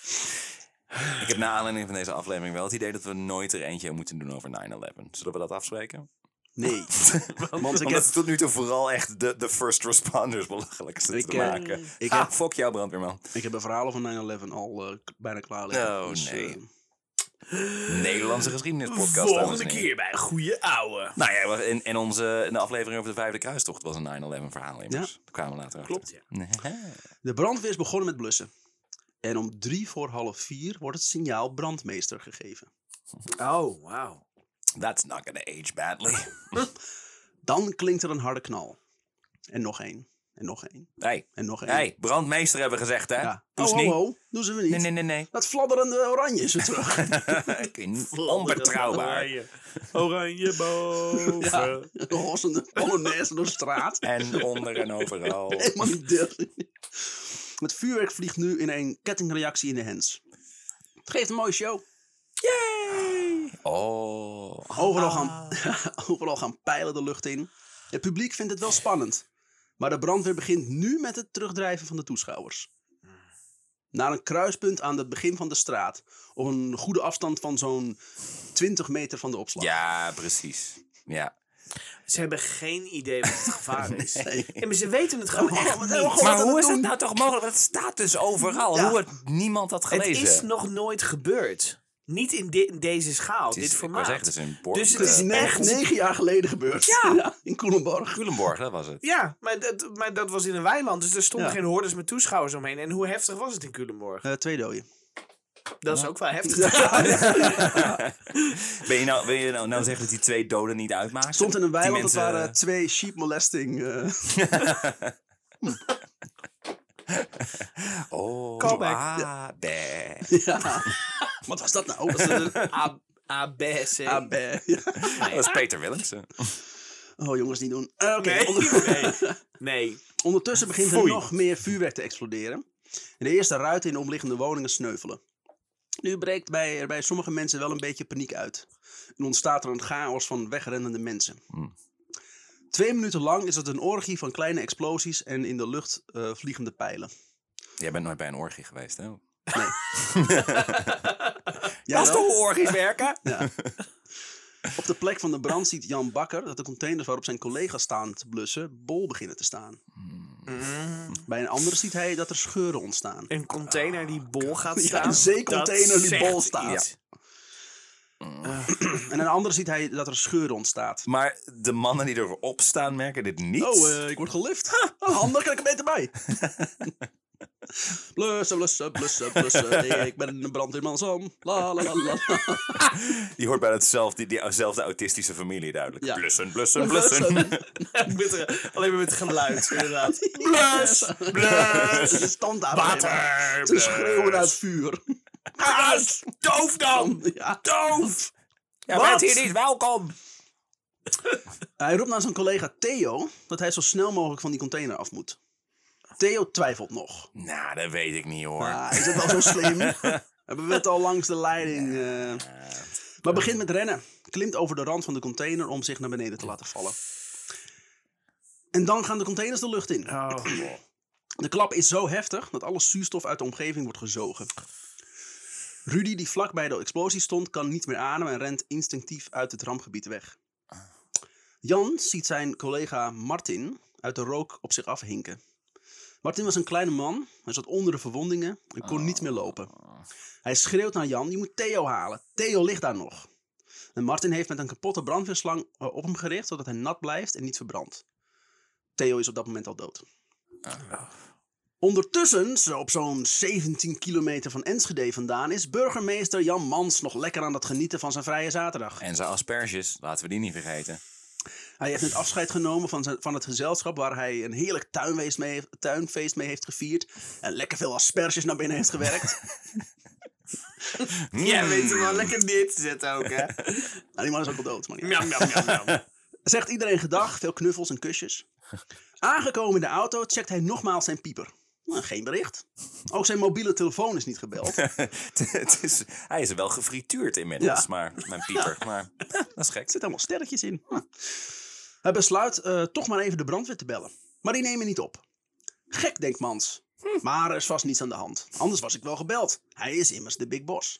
S3: Ik heb na aanleiding van deze aflevering wel het idee dat we nooit er eentje moeten doen over 9/11. Zullen we dat afspreken?
S1: Nee. Want ik
S3: Omdat
S1: heb,
S3: het tot nu toe vooral echt de first responders belachelijk zitten te maken.
S1: ik
S3: Ha,
S1: heb-
S3: fuck jou brandweerman.
S1: ik heb een verhaal over 9/11 al bijna klaar liggen.
S3: Oh,
S1: Dus,
S3: nee. Nederlandse geschiedenispodcast. dames en
S2: Volgende
S3: heren.
S2: keer bij een goede ouwe.
S3: Nou ja, in de aflevering over de Vijfde Kruistocht was een 9/11 verhaal immers.
S1: Ja.
S3: Daar kwamen we later achter.
S2: Klopt, ja.
S1: de brandweer is begonnen met blussen. En om 4:45 wordt het signaal brandmeester gegeven.
S2: Oh, wauw.
S3: That's not gonna age badly.
S1: Dan klinkt er een harde knal. En nog één. En nog één.
S3: Hey,
S1: En nog één.
S3: hey, brandmeester hebben we gezegd, hè?
S1: Ja.
S3: Doe ze
S1: Oh,
S3: niet.
S1: ho, ho. Doen ze we niet.
S3: Nee.
S1: Dat fladderende oranje is weer terug.
S3: Onbetrouwbaar.
S2: Oranje boven.
S1: Ja, een hossende polonaise door de straat.
S3: En onder en overal.
S1: Helemaal niet dicht. Het vuurwerk vliegt nu in een kettingreactie in de hens. Het geeft een mooie show.
S3: Yay! Oh.
S1: Overal gaan pijlen de lucht in. Het publiek vindt het wel spannend. Maar de brandweer begint nu met het terugdrijven van de toeschouwers. Naar een kruispunt aan het begin van de straat. Op een goede afstand van zo'n 20 meter van de opslag.
S3: Ja, precies. Ja.
S2: Ze hebben geen idee wat het gevaar is.
S1: Nee.
S2: Ja, maar ze weten het gewoon echt niet.
S3: Maar hoe is het nou toch mogelijk? Het staat dus overal.
S1: Ja.
S3: Hoe het niemand had
S2: Het
S3: gelezen.
S2: is nog nooit gebeurd. Niet in deze schaal,
S3: Het is-
S2: dit
S3: ik
S2: formaat.
S3: wou zeggen, het is een
S2: Dus het
S3: bord.
S2: is echt...
S1: 9 jaar geleden gebeurd.
S2: Ja.
S1: In Culemborg.
S3: Culemborg, dat was het.
S2: Ja, maar dat was in een weiland. Dus er stonden
S1: Ja.
S2: geen hordes met toeschouwers omheen. En hoe heftig was het in Culemborg?
S1: 2 doden.
S2: Dat is ook wel heftig.
S3: Wil je nou zeggen dat die 2 doden niet uitmaken?
S1: Stond in een weiland,
S3: Die
S1: dat
S3: mensen-
S1: waren 2 sheep molesting.
S3: Oh,
S2: Callback.
S3: beh.
S1: Ja. Wat was dat nou? Was dat een
S2: ABC.
S1: AB? Ja.
S3: Dat is Peter Willemsen.
S1: Oh jongens, niet doen. Oké,
S2: Nee. Nee.
S1: Ondertussen begint er
S2: Foei.
S1: nog meer vuurwerk te exploderen. En de eerste ruiten in de omliggende woningen sneuvelen. Nu breekt er bij sommige mensen wel een beetje paniek uit. En ontstaat er een chaos van wegrennende mensen. 2 minuten lang is het een orgie van kleine explosies en in de lucht vliegende pijlen.
S3: Jij bent nooit bij een orgie geweest, hè?
S1: Nee.
S2: Dat is toch hoe orgies werken?
S1: Ja. Op de plek van de brand ziet Jan Bakker dat de containers waarop zijn collega's staan te blussen bol beginnen te staan. Bij een andere ziet hij dat er scheuren ontstaan.
S2: Een container die bol gaat
S1: Ja,
S2: staan.
S1: een zeecontainer
S2: dat
S1: die
S2: zegt
S1: bol staat.
S2: iets.
S1: En een andere ziet hij dat er scheuren ontstaat.
S3: Maar de mannen die erop staan merken dit niet.
S1: Oh, ik word gelift. Ha, handig, kan ik er beter bij. Blussen, blussen, blussen, blussen. Ik ben een brandweerman Sam. La la la la.
S3: Die hoort bij diezelfde autistische familie duidelijk.
S1: Ja.
S3: Blussen, blussen, blussen.
S2: Alleen maar met geluid, inderdaad.
S1: Blus, blus. Het is standaard.
S2: Water,
S1: Het is schreeuwen uit vuur.
S2: Doof dan!
S1: Ja.
S2: Doof!
S3: Ja,
S2: Wat?
S3: bent hier niet welkom.
S1: Hij roept naar zijn collega Theo dat hij zo snel mogelijk van die container af moet. Theo twijfelt nog.
S3: Nou, dat weet ik niet hoor.
S1: Ah, is het wel zo slim? Hebben we het al langs de leiding. Maar begint met rennen. Klimt over de rand van de container om zich naar beneden te laten vallen. En dan gaan de containers de lucht in.
S2: Oh.
S1: De klap is zo heftig dat alle zuurstof uit de omgeving wordt gezogen. Rudy, die vlak bij de explosie stond, kan niet meer ademen en rent instinctief uit het rampgebied weg. Jan ziet zijn collega Martin uit de rook op zich afhinken. Martin was een kleine man, hij zat onder de verwondingen en kon niet meer lopen. Hij schreeuwt naar Jan, je moet Theo halen. Theo ligt daar nog. En Martin heeft met een kapotte brandweerslang op hem gericht, zodat hij nat blijft en niet verbrandt. Theo is op dat moment al dood. Ondertussen, zo op zo'n 17 kilometer van Enschede vandaan, is burgemeester Jan Mans nog lekker aan het genieten van zijn vrije zaterdag.
S3: En zijn asperges, laten we die niet vergeten.
S1: Hij heeft net afscheid genomen van het gezelschap waar hij een heerlijk tuinfeest mee heeft gevierd. En lekker veel asperges naar binnen heeft gewerkt.
S2: Jij weet hem wel lekker neer te zetten ook, hè?
S1: Nou, die man is ook wel dood. Maar niet.
S2: Miam, miam, miam, miam.
S1: Zegt iedereen gedag, veel knuffels en kusjes. Aangekomen in de auto checkt hij nogmaals zijn pieper. Nou, geen bericht. Ook zijn mobiele telefoon is niet gebeld.
S3: Hij is wel gefrituurd inmiddels,
S1: Ja.
S3: maar mijn pieper. Maar dat is gek.
S1: Er zitten allemaal sterretjes in. Hij besluit toch maar even de brandweer te bellen. Maar die nemen niet op. Gek, denkt Mans. Maar er is vast niets aan de hand. Anders was ik wel gebeld. Hij is immers de big boss.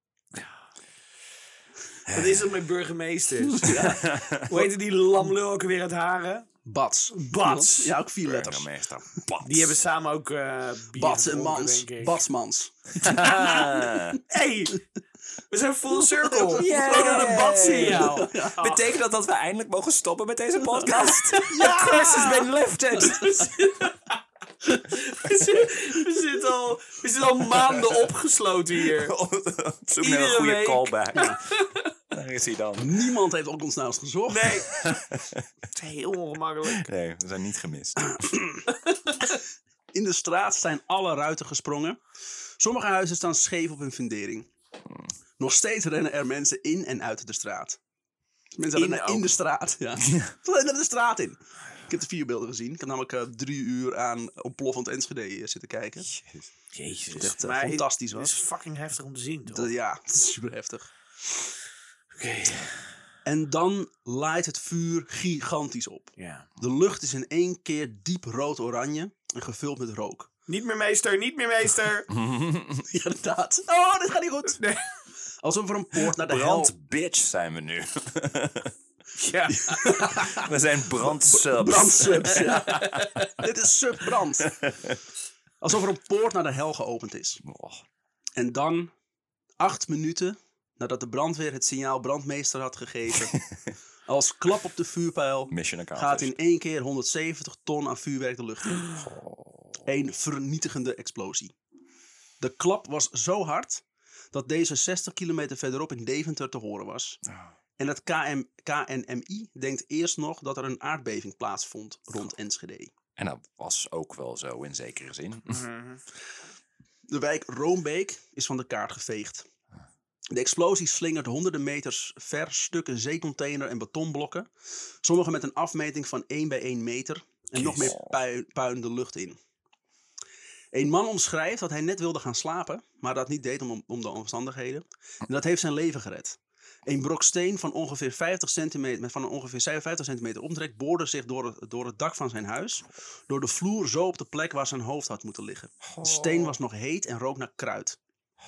S2: Wat is het met burgemeesters? Hoe heette die lamlul ook weer uit Haren?
S1: Bats.
S2: Bats.
S1: Ja, ook 4 letters.
S3: Burgemeester.
S2: Die hebben samen ook bier
S1: Bats en
S2: gedronken,
S1: Mans.
S2: denk ik.
S1: Batsmans.
S2: Hey, we zijn full circle.
S3: Yay.
S2: We hebben een badsignaal.
S3: Betekent dat we eindelijk mogen stoppen met deze podcast? The curse has been lifted.
S2: We zitten al maanden opgesloten hier.
S3: Op zoek naar een
S2: Iedere
S3: goede
S2: week.
S3: callback. Daar is hij dan.
S1: Niemand heeft op ons naast gezocht.
S2: Nee. Het is heel ongemakkelijk.
S3: Nee, we zijn niet gemist.
S1: In de straat zijn alle ruiten gesprongen. Sommige huizen staan scheef op hun fundering. Nog steeds rennen er mensen in en uit de straat. Mensen rennen in de straat. Ja. Ze rennen de straat in. Ik heb de 4 beelden gezien. Ik heb namelijk 3 uur aan ontploffend Enschede zitten kijken.
S2: Jezus.
S1: Wat echt
S2: Maar
S1: fantastisch
S2: Het is
S1: was.
S2: fucking heftig om te zien, toch?
S1: Ja, het is super heftig.
S2: Oké.
S1: En dan laait het vuur gigantisch op.
S2: Ja.
S1: De lucht is in 1 keer diep rood-oranje en gevuld met rook.
S2: Niet meer meester, niet meer meester.
S1: Ja, inderdaad. Oh, dit gaat niet goed.
S2: Nee.
S1: Alsof er een poort naar de hel...
S3: Brand bitch zijn we nu.
S2: Ja.
S3: We zijn brandsubs.
S1: Brandsubs, ja. Dit is subbrand. Alsof er een poort naar de hel geopend is.
S3: Oh.
S1: En dan, 8 minuten nadat de brandweer het signaal brandmeester had gegeven, als klap op de vuurpijl,
S3: Mission
S1: gaat
S3: accomplished.
S1: in één keer 170 ton aan vuurwerk de lucht in. Een vernietigende explosie. De klap was zo hard dat deze 60 kilometer verderop in Deventer te horen was. En het KNMI denkt eerst nog dat er een aardbeving plaatsvond rond Enschede.
S3: En dat was ook wel zo in zekere zin.
S1: De wijk Roombeek is van de kaart geveegd. De explosie slingert honderden meters ver stukken zeecontainer en betonblokken. Sommige met een afmeting van 1 bij 1 meter. En nog meer puin de lucht in. Een man omschrijft dat hij net wilde gaan slapen, maar dat niet deed om de omstandigheden. En dat heeft zijn leven gered. Een brok steen van ongeveer 50 centimeter omtrek boorde zich door het dak van zijn huis. Door de vloer zo op de plek waar zijn hoofd had moeten liggen. De steen was nog heet en rook naar kruid.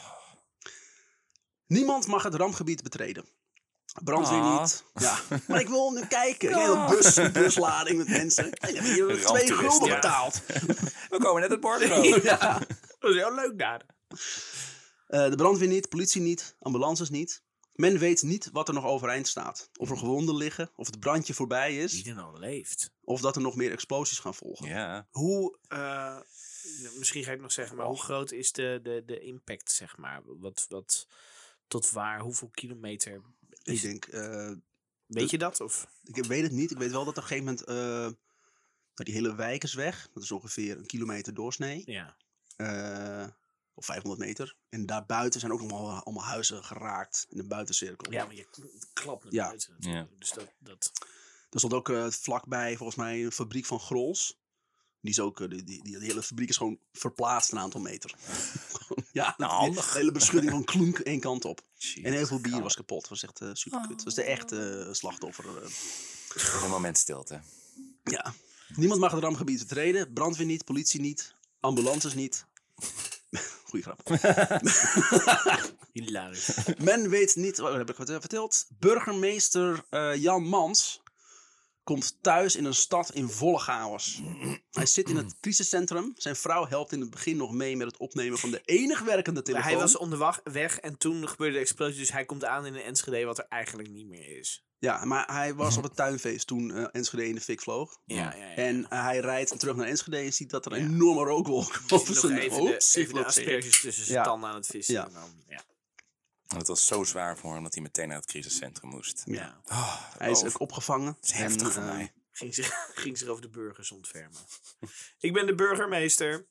S1: Niemand mag het rampgebied betreden. Brandweer niet. Ja. Maar ik wil nu kijken. Een buslading met mensen. Ik heb hier 2 gulden betaald.
S3: We komen net het bord.
S1: Ja.
S2: Dat is heel leuk daar.
S1: De brandweer niet, politie niet, ambulances niet. Men weet niet wat er nog overeind staat. Of er gewonden liggen, of het brandje voorbij is.
S2: Wie er nog leeft.
S1: Of dat er nog meer explosies gaan volgen.
S3: Ja.
S2: Hoe, misschien ga ik nog zeggen, maar hoe groot is de impact, zeg maar? Wat tot waar, hoeveel kilometer?
S1: Ik denk,
S2: Weet je dat? Of?
S1: ik weet het niet. Ik weet wel dat op een gegeven moment, die hele wijk is weg. Dat is ongeveer 1 kilometer doorsnee.
S2: Ja.
S1: Of 500 meter. En daarbuiten zijn ook nog allemaal huizen geraakt in de buitencirkel.
S2: Ja, maar je klapt naar
S1: Ja.
S2: buiten natuurlijk. Dus dat...
S1: Er stond ook vlakbij volgens mij een fabriek van Grols. Die is ook, die hele fabriek is gewoon verplaatst een aantal meter. Ja,
S3: handig.
S1: De hele beschutting van klonk één kant op.
S3: Jezus,
S1: En heel veel bier
S3: gaaf.
S1: was kapot. Dat was echt super kut. Dat is de echte slachtoffer.
S3: Een moment stilte.
S1: Ja. Niemand mag het rampgebied betreden. Brandweer niet, politie niet, ambulances niet. Goeie grap.
S2: Hilarisch.
S1: Men weet niet, wat heb ik wat verteld? Burgemeester Jan Mans komt thuis in een stad in volle chaos. Hij zit in het crisiscentrum. Zijn vrouw helpt in het begin nog mee met het opnemen van de enig werkende telefoon.
S2: Hij was onderweg en toen gebeurde de explosie. Dus hij komt aan in een Enschede wat er eigenlijk niet meer is.
S1: Ja, maar hij was op het tuinfeest toen Enschede in de fik vloog.
S2: Ja.
S1: En hij rijdt terug naar Enschede en ziet dat er een enorme rookwolk over
S2: Nog
S1: zijn
S2: even
S1: hoofd
S2: even de asperges tussen zijn
S1: Ja.
S2: tanden aan het vissen.
S1: Ja.
S2: En dan, ja.
S3: En het was zo zwaar voor hem dat hij meteen naar het crisiscentrum moest.
S2: Ja.
S1: Hij is ook opgevangen.
S3: Dat is heftig voor mij.
S2: Ging zich over de burgers ontfermen. Ik ben de burgemeester.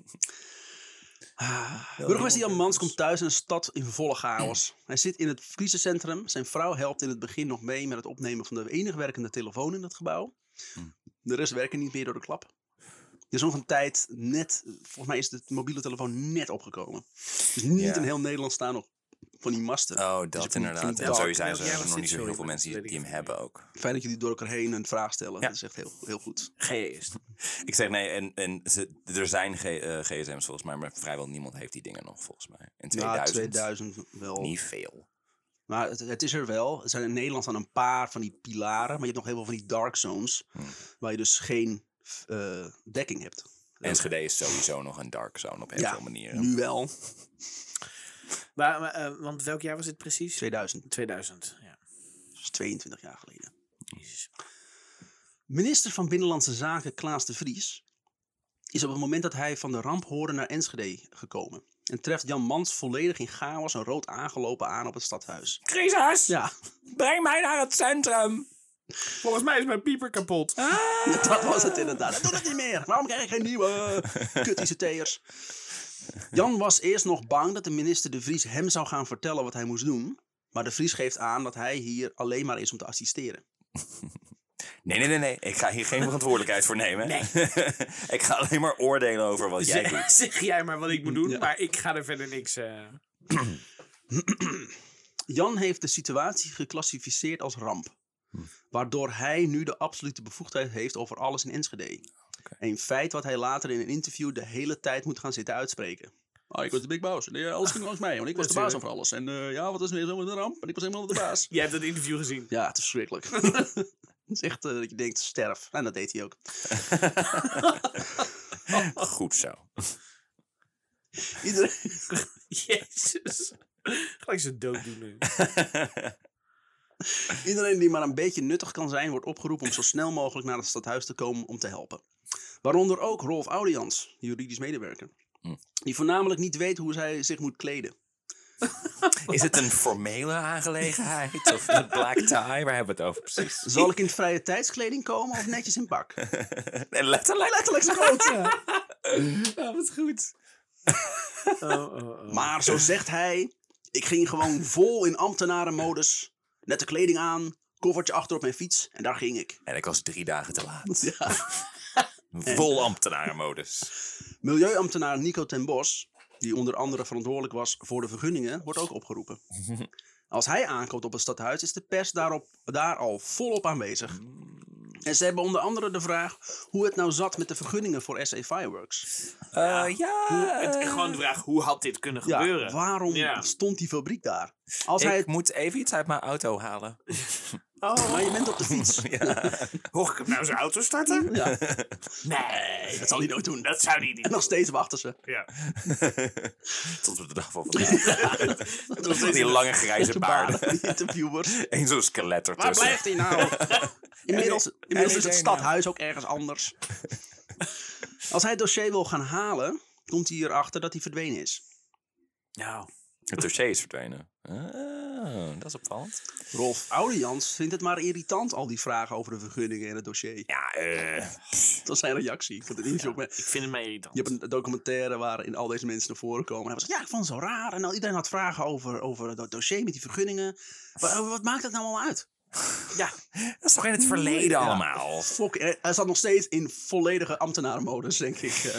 S1: Burgemeester Jan Mans komt thuis in een stad in volle chaos. Hij zit in het crisiscentrum. Zijn vrouw helpt in het begin nog mee met het opnemen van de enig werkende telefoon in het gebouw. De rest werken niet meer door de klap. Er is nog een tijd net, volgens mij is de mobiele telefoon net opgekomen. Dus niet in heel Nederland staan nog van die masten.
S3: Oh,
S1: Dus
S3: dat
S1: ik
S3: inderdaad.
S1: vind
S3: En
S1: het
S3: sowieso
S2: welk
S3: zijn
S2: jaar
S3: er
S2: was
S3: nog
S2: dit?
S3: niet zo heel
S2: Sorry,
S3: veel mensen
S2: weet
S3: die
S2: ik
S3: hem
S2: niet.
S3: hebben ook.
S1: fijn dat jullie door elkaar heen een vraag stellen.
S3: Ja.
S1: Dat is echt heel goed.
S2: Ga je eerst.
S3: Ik zeg nee, er zijn gsm's volgens mij, maar vrijwel niemand heeft die dingen nog volgens mij. In 2000.
S1: Ja, 2000 wel.
S3: Niet veel.
S1: Maar het is er wel. Er zijn in Nederland staan een paar van die pilaren. Maar je hebt nog heel veel van die dark zones. Waar je dus geen dekking hebt.
S3: Enschede is sowieso nog een dark zone op heel veel manieren.
S1: Nu wel.
S2: Want welk jaar was dit precies?
S1: 2000.
S2: 2000, ja.
S1: Dat is 22 jaar geleden.
S2: Jezus.
S1: Minister van Binnenlandse Zaken Klaas de Vries is op het moment dat hij van de ramp hoorde naar Enschede gekomen. En treft Jan Mans volledig in chaos en rood aangelopen aan op het stadhuis.
S3: Crisis!
S1: Ja,
S3: Breng mij naar het centrum!
S2: Volgens mij is mijn pieper kapot.
S1: dat was het inderdaad. Dat doet het niet meer. Waarom krijg ik geen nieuwe kut ICT'ers? Jan was eerst nog bang dat de minister de Vries hem zou gaan vertellen wat hij moest doen. Maar de Vries geeft aan dat hij hier alleen maar is om te assisteren.
S3: Nee. Ik ga hier geen verantwoordelijkheid voor nemen.
S2: Nee.
S3: Ik ga alleen maar oordelen over wat jij doet.
S2: Zeg jij maar wat ik moet doen,
S1: Ja.
S2: maar ik ga er verder niks...
S1: Jan heeft de situatie geclassificeerd als ramp. Waardoor hij nu de absolute bevoegdheid heeft over alles in Enschede. Een feit wat hij later in een interview de hele tijd moet gaan zitten uitspreken. ik was de big boss. En, alles ging langs mij, want ik was de baas over alles. En wat is nu zo met een ramp? En ik was helemaal de baas.
S2: Jij hebt dat interview gezien.
S1: Ja, het is verschrikkelijk. Het is echt dat je denkt, sterf. En dat deed hij ook.
S3: Goed zo.
S1: Iedereen...
S2: Jezus. Gelijk zo dooddoener.
S1: Iedereen die maar een beetje nuttig kan zijn, wordt opgeroepen om zo snel mogelijk naar het stadhuis te komen om te helpen. Waaronder ook Rolf Audians, juridisch medewerker. Die voornamelijk niet weet hoe zij zich moet kleden.
S3: Is het een formele aangelegenheid? Of een black tie? Waar hebben we het over precies?
S1: Zal ik in vrije tijdskleding komen of netjes in pak?
S3: En letterlijk?
S1: Letterlijk zo groot.
S2: Ja, wat goed.
S1: Maar zo zegt hij, ik ging gewoon vol in ambtenarenmodus. Nette kleding aan, koffertje achter op mijn fiets en daar ging ik.
S3: En ik was 3 dagen te laat.
S1: Ja.
S3: Vol ambtenarenmodus.
S1: Milieuambtenaar Nico ten Bos, die onder andere verantwoordelijk was voor de vergunningen, wordt ook opgeroepen. Als hij aankomt op het stadhuis is de pers daar al volop aanwezig. En ze hebben onder andere de vraag hoe het nou zat met de vergunningen voor SA Fireworks.
S2: Gewoon de vraag, hoe had dit kunnen gebeuren?
S1: Ja, waarom stond die fabriek daar? Als
S3: Ik moet even iets uit mijn auto halen.
S1: Maar je bent op de fiets.
S2: Hoor ik hem nou zijn auto starten?
S1: Ja.
S2: Nee.
S1: Dat zal hij nooit doen.
S2: Dat zou hij niet
S1: En nog steeds wachten ze.
S2: Ja.
S3: Tot op de dag van vandaag. Die lange grijze baarden.
S1: Die interviewers.
S3: Eén zo'n skelet
S1: Waar
S3: ertussen.
S1: blijft hij nou? Inmiddels is het stadhuis ook ergens anders. Als hij het dossier wil gaan halen, komt hij erachter dat hij verdwenen is.
S2: Nou.
S3: Het dossier is verdwenen. Dat is opvallend.
S1: Rolf Audians vindt het maar irritant, al die vragen over de vergunningen en het dossier.
S3: Ja,
S1: Dat was zijn reactie. Ik
S2: vind het mij irritant.
S1: Je hebt een documentaire waarin al deze mensen naar voren komen. En hij was ik vond het zo raar. En iedereen had vragen over dat dossier met die vergunningen. Wat maakt het nou allemaal uit?
S3: Ja, dat is toch in het verleden allemaal.
S1: Hij zat nog steeds in volledige ambtenarenmodus, denk ik.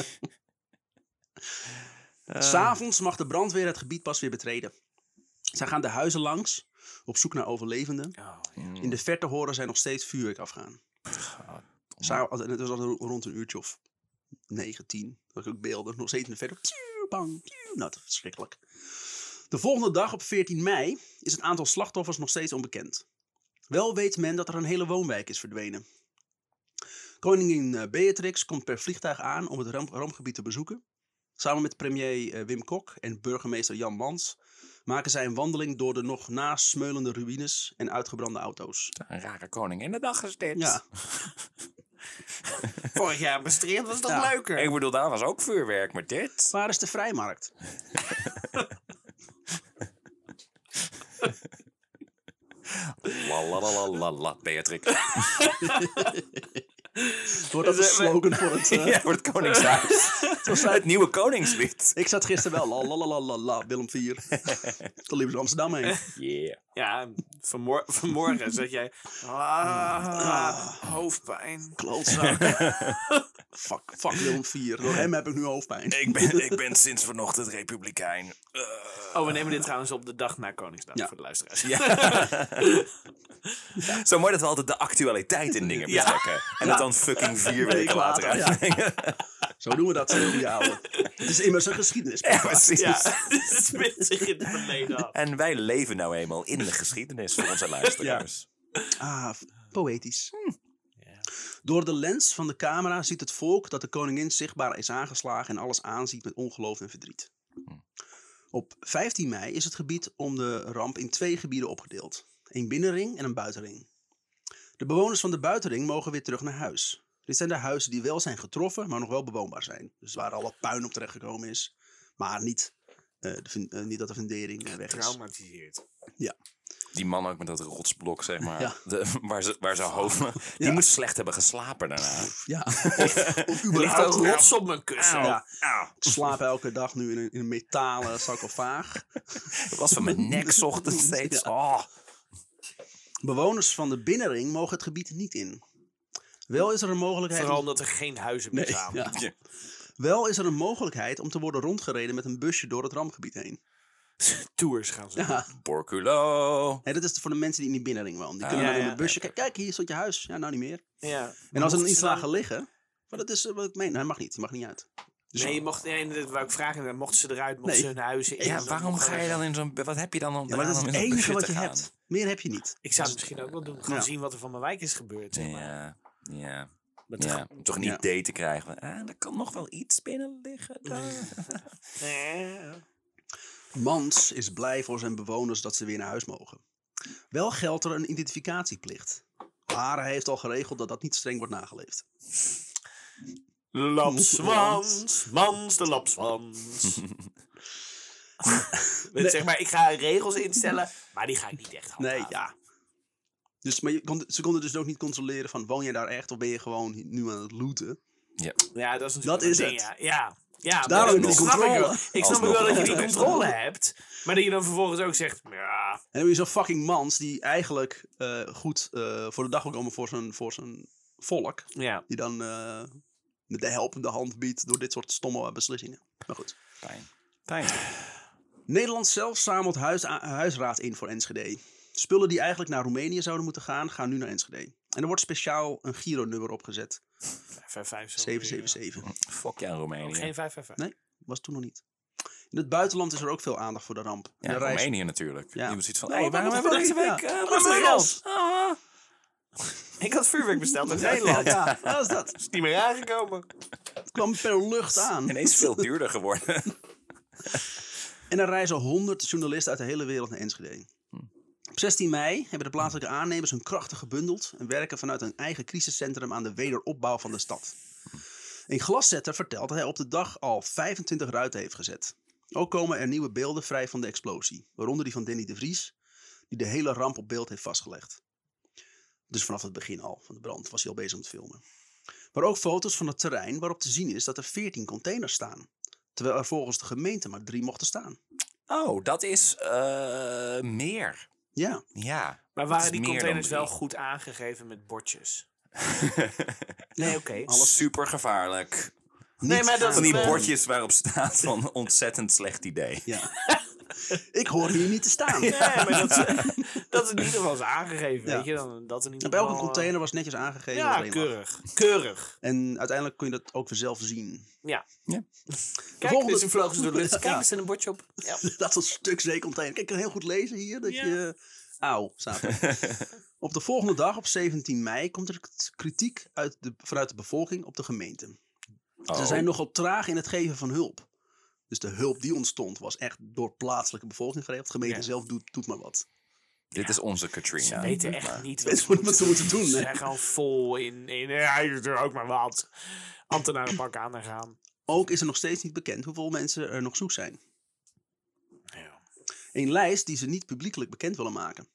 S1: 'S Avonds mag de brandweer het gebied pas weer betreden. Zij gaan de huizen langs, op zoek naar overlevenden. In de verte horen zij nog steeds vuurwerk afgaan. Het was rond een uurtje of 9, 10. Dat ik ook beelden. Nog steeds in de verte. Bang. Nou, dat is verschrikkelijk. De volgende dag, op 14 mei, is het aantal slachtoffers nog steeds onbekend. Wel weet men dat er een hele woonwijk is verdwenen. Koningin Beatrix komt per vliegtuig aan om het rampgebied te bezoeken. Samen met premier Wim Kok en burgemeester Jan Mans maken zij een wandeling door de nog nasmeulende ruïnes en uitgebrande auto's.
S3: Een rare koning in de dag is dit.
S1: Ja.
S2: Vorig jaar bestreed was dat leuker.
S3: Ik bedoel, daar was ook vuurwerk, maar dit...
S1: Waar is de vrijmarkt?
S3: La Beatrix.
S1: Wordt dat een slogan voor het...
S3: Ja, voor het Koningshuis. Het nieuwe Koningslied.
S1: Ik zat gisteren wel. La, Willem IV. Toen liepen ze Amsterdam heen.
S3: Yeah.
S2: Ja, vanmorgen zeg jij... hoofdpijn.
S1: Klootzak. Fuck Willem IV. Door hem heb ik nu hoofdpijn.
S3: Ik ben sinds vanochtend republikein.
S2: We nemen dit trouwens op de dag na Koningsdag voor de luisteraars.
S3: Ja. Zo mooi dat we altijd de actualiteit in dingen betrekken. En dat dan fucking 4 weken later uitbrengen.
S1: Zo doen we dat, die ouwe. Het is immers een geschiedenis.
S3: Ja, precies.
S2: Dit speelt zich in het verleden af.
S3: En wij leven nou eenmaal in de geschiedenis voor onze luisteraars.
S1: Poëtisch. Door de lens van de camera ziet het volk dat de koningin zichtbaar is aangeslagen en alles aanziet met ongeloof en verdriet. Op 15 mei is het gebied om de ramp in 2 gebieden opgedeeld. Een binnenring en een buitenring. De bewoners van de buitenring mogen weer terug naar huis. Dit zijn de huizen die wel zijn getroffen, maar nog wel bewoonbaar zijn. Dus waar al wat puin op terechtgekomen is. Maar niet dat de fundering weg is.
S2: Traumatiseerd.
S1: Ja.
S3: Die man ook met dat rotsblok, zeg maar.
S1: Ja.
S3: Waar zijn hoofd... Die moet slecht hebben geslapen daarna.
S1: Ja. Of
S2: Er ligt
S1: überhaupt
S2: ook rots op mijn kussen.
S1: Ja. Ik slaap elke dag nu in een metalen sarcofaag.
S3: Ik was van mijn nek 's ochtends steeds.
S1: Ja.
S3: Oh.
S1: Bewoners van de binnenring mogen het gebied niet in. Wel is er een mogelijkheid...
S2: Vooral omdat er geen huizen meer staan.
S1: Ja. Wel is er een mogelijkheid om te worden rondgereden met een busje door het rampgebied heen.
S2: Tours gaan ze.
S1: Ja.
S3: Borculo.
S1: Nee, dat is voor de mensen die in die binnenring wonen. Die kunnen dan in het busje... Kijk, hier stond je huis. Ja, nou niet meer.
S2: Ja.
S1: En als er dan iets lagen liggen... Maar dat is wat ik meen. Hij mag niet. Die mag niet uit. Dus
S2: Nee, dat wou ik vragen. Dan mochten ze eruit, mochten ze hun huizen in.
S3: Ja,
S2: dan
S3: waarom
S2: mochten
S3: ga je
S2: ze-
S3: dan in zo'n... Wat heb je dan om
S1: ja, maar dat is
S3: om
S1: het
S3: in zo'n
S1: enige
S3: budget
S1: wat
S3: te
S1: je
S3: gaan?
S1: hebt. Meer heb je niet.
S2: Ik zou het misschien ook wel doen. Gewoon
S1: Ja.
S2: zien wat er van mijn wijk is gebeurd. Zeg maar.
S3: Ja.
S2: Met
S3: Ja, om toch een
S1: Ja.
S3: idee te krijgen van, er kan nog wel iets binnen liggen.
S1: Mans is blij voor zijn bewoners dat ze weer naar huis mogen. Wel geldt er een identificatieplicht. Maar hij heeft al geregeld dat dat niet streng wordt nageleefd.
S2: Lapswans, mans de lapswans. Zeg maar, ik ga regels instellen, maar die ga ik niet echt handhaven.
S1: Nee, ja. Dus, maar ze konden dus ook niet controleren van woon jij daar echt of ben je gewoon nu aan het looten.
S2: Ja, dat is natuurlijk
S1: Dat
S2: een
S1: is
S2: ding,
S1: het.
S2: ja. Ja,
S1: Daarom
S2: maar
S1: die
S2: snap ik
S1: controle.
S2: wel. Ik snap ook
S3: Alsnog.
S2: wel dat je die controle hebt, maar dat je dan vervolgens ook zegt, ja,
S1: En dan heb je zo'n fucking Mans die eigenlijk goed voor de dag wil komen voor zijn volk.
S2: ja.
S1: Die dan met de helpende hand biedt door dit soort stomme beslissingen. Maar goed.
S3: Pijn.
S1: Nederland zelf zamelt huisraad in voor Enschede. Spullen die eigenlijk naar Roemenië zouden moeten gaan nu naar Enschede. En er wordt speciaal een Giro-nummer opgezet.
S2: 555.
S1: 777.
S3: Fuck ja, Roemenië.
S2: Geen 555.
S1: Nee, was toen nog niet. In het buitenland is er ook veel aandacht voor de ramp. En
S3: Ja,
S1: de reis-
S3: Roemenië natuurlijk.
S1: Ja.
S3: Je moet zoiets van,
S1: Oh,
S3: hey, waarom
S1: wat
S3: hebben we
S1: fuck?
S3: deze week...
S1: Ja.
S3: wat is er
S2: geld?
S3: geld?
S2: Ik had vuurwerk besteld uit Nederland.
S1: Ja, dat is dat.
S2: Is niet meer aangekomen.
S1: Het kwam per lucht aan.
S3: Ineens veel duurder geworden.
S1: En er reizen 100 journalisten uit de hele wereld naar Enschede. Op 16 mei hebben de plaatselijke aannemers hun krachten gebundeld en werken vanuit een eigen crisiscentrum aan de wederopbouw van de stad. Een glaszetter vertelt dat hij op de dag al 25 ruiten heeft gezet. Ook komen er nieuwe beelden vrij van de explosie, waaronder die van Danny de Vries, die de hele ramp op beeld heeft vastgelegd. Dus vanaf het begin al van de brand was hij al bezig met filmen. Maar ook foto's van het terrein waarop te zien is dat er 14 containers staan. Terwijl er volgens de gemeente maar 3 mochten staan.
S3: Oh, dat is meer.
S1: Ja,
S3: Ja.
S2: Maar
S3: dat
S2: waren
S3: is
S2: die
S3: meer
S2: containers
S3: dan
S2: wel
S3: 3.
S2: goed aangegeven met bordjes? Nee, oké.
S3: Alles super gevaarlijk.
S2: Nee, maar dat
S3: Van die
S2: is,
S3: bordjes waarop staat van ontzettend slecht idee.
S1: ja. Ik hoor hier niet te staan.
S2: Nee, maar dat is in ieder geval is aangegeven,
S1: Ja.
S2: weet je. Dan, dat in ieder
S1: Op elke
S2: geval,
S1: container was netjes aangegeven.
S2: Ja,
S1: wat erin lag.
S2: keurig.
S1: En uiteindelijk kon je dat ook weer zelf zien.
S2: Ja.
S3: Ja.
S2: Kijk,
S1: volgende-
S2: dit is een vlogen door de lucht. Kijk,
S1: Ja.
S2: er zit een bordje op. Ja.
S1: Dat is een stuk zeecontainer. Kijk, ik kan heel goed lezen hier. Dat
S2: Ja.
S1: je... Auw, staat er. Op de volgende dag, op 17 mei, komt er kritiek vanuit de bevolking op de gemeente. Ze zijn nogal traag in het geven van hulp. Dus de hulp die ontstond was echt door plaatselijke bevolking geregeld. De gemeente zelf doet maar wat.
S3: Dit is onze Katrina.
S2: Ze weten echt niet
S1: Weet wat ze moeten doen.
S2: Ze
S1: Hè?
S2: zijn gewoon vol in ja, je doet er ook maar wat. Ambtenarenpak aan en gaan.
S1: Ook is er nog steeds niet bekend hoeveel mensen er nog zoek zijn.
S2: Ja.
S1: Een lijst die ze niet publiekelijk bekend willen maken.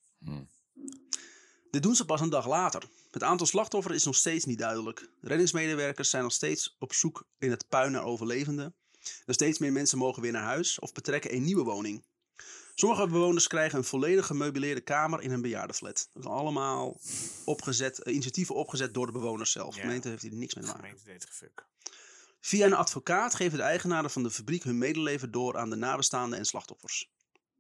S1: Dit doen ze pas een dag later. Het aantal slachtoffers is nog steeds niet duidelijk. Reddingsmedewerkers zijn nog steeds op zoek in het puin naar overlevenden. En steeds meer mensen mogen weer naar huis of betrekken een nieuwe woning. Sommige bewoners krijgen een volledig gemeubileerde kamer in een bejaardenflat. Dat is allemaal initiatieven opgezet door de bewoners zelf. De gemeente heeft hier niks mee te
S2: De
S1: maken.
S2: gemeente deed gefuck.
S1: Via een advocaat geven de eigenaren van de fabriek hun medeleven door aan de nabestaanden en slachtoffers.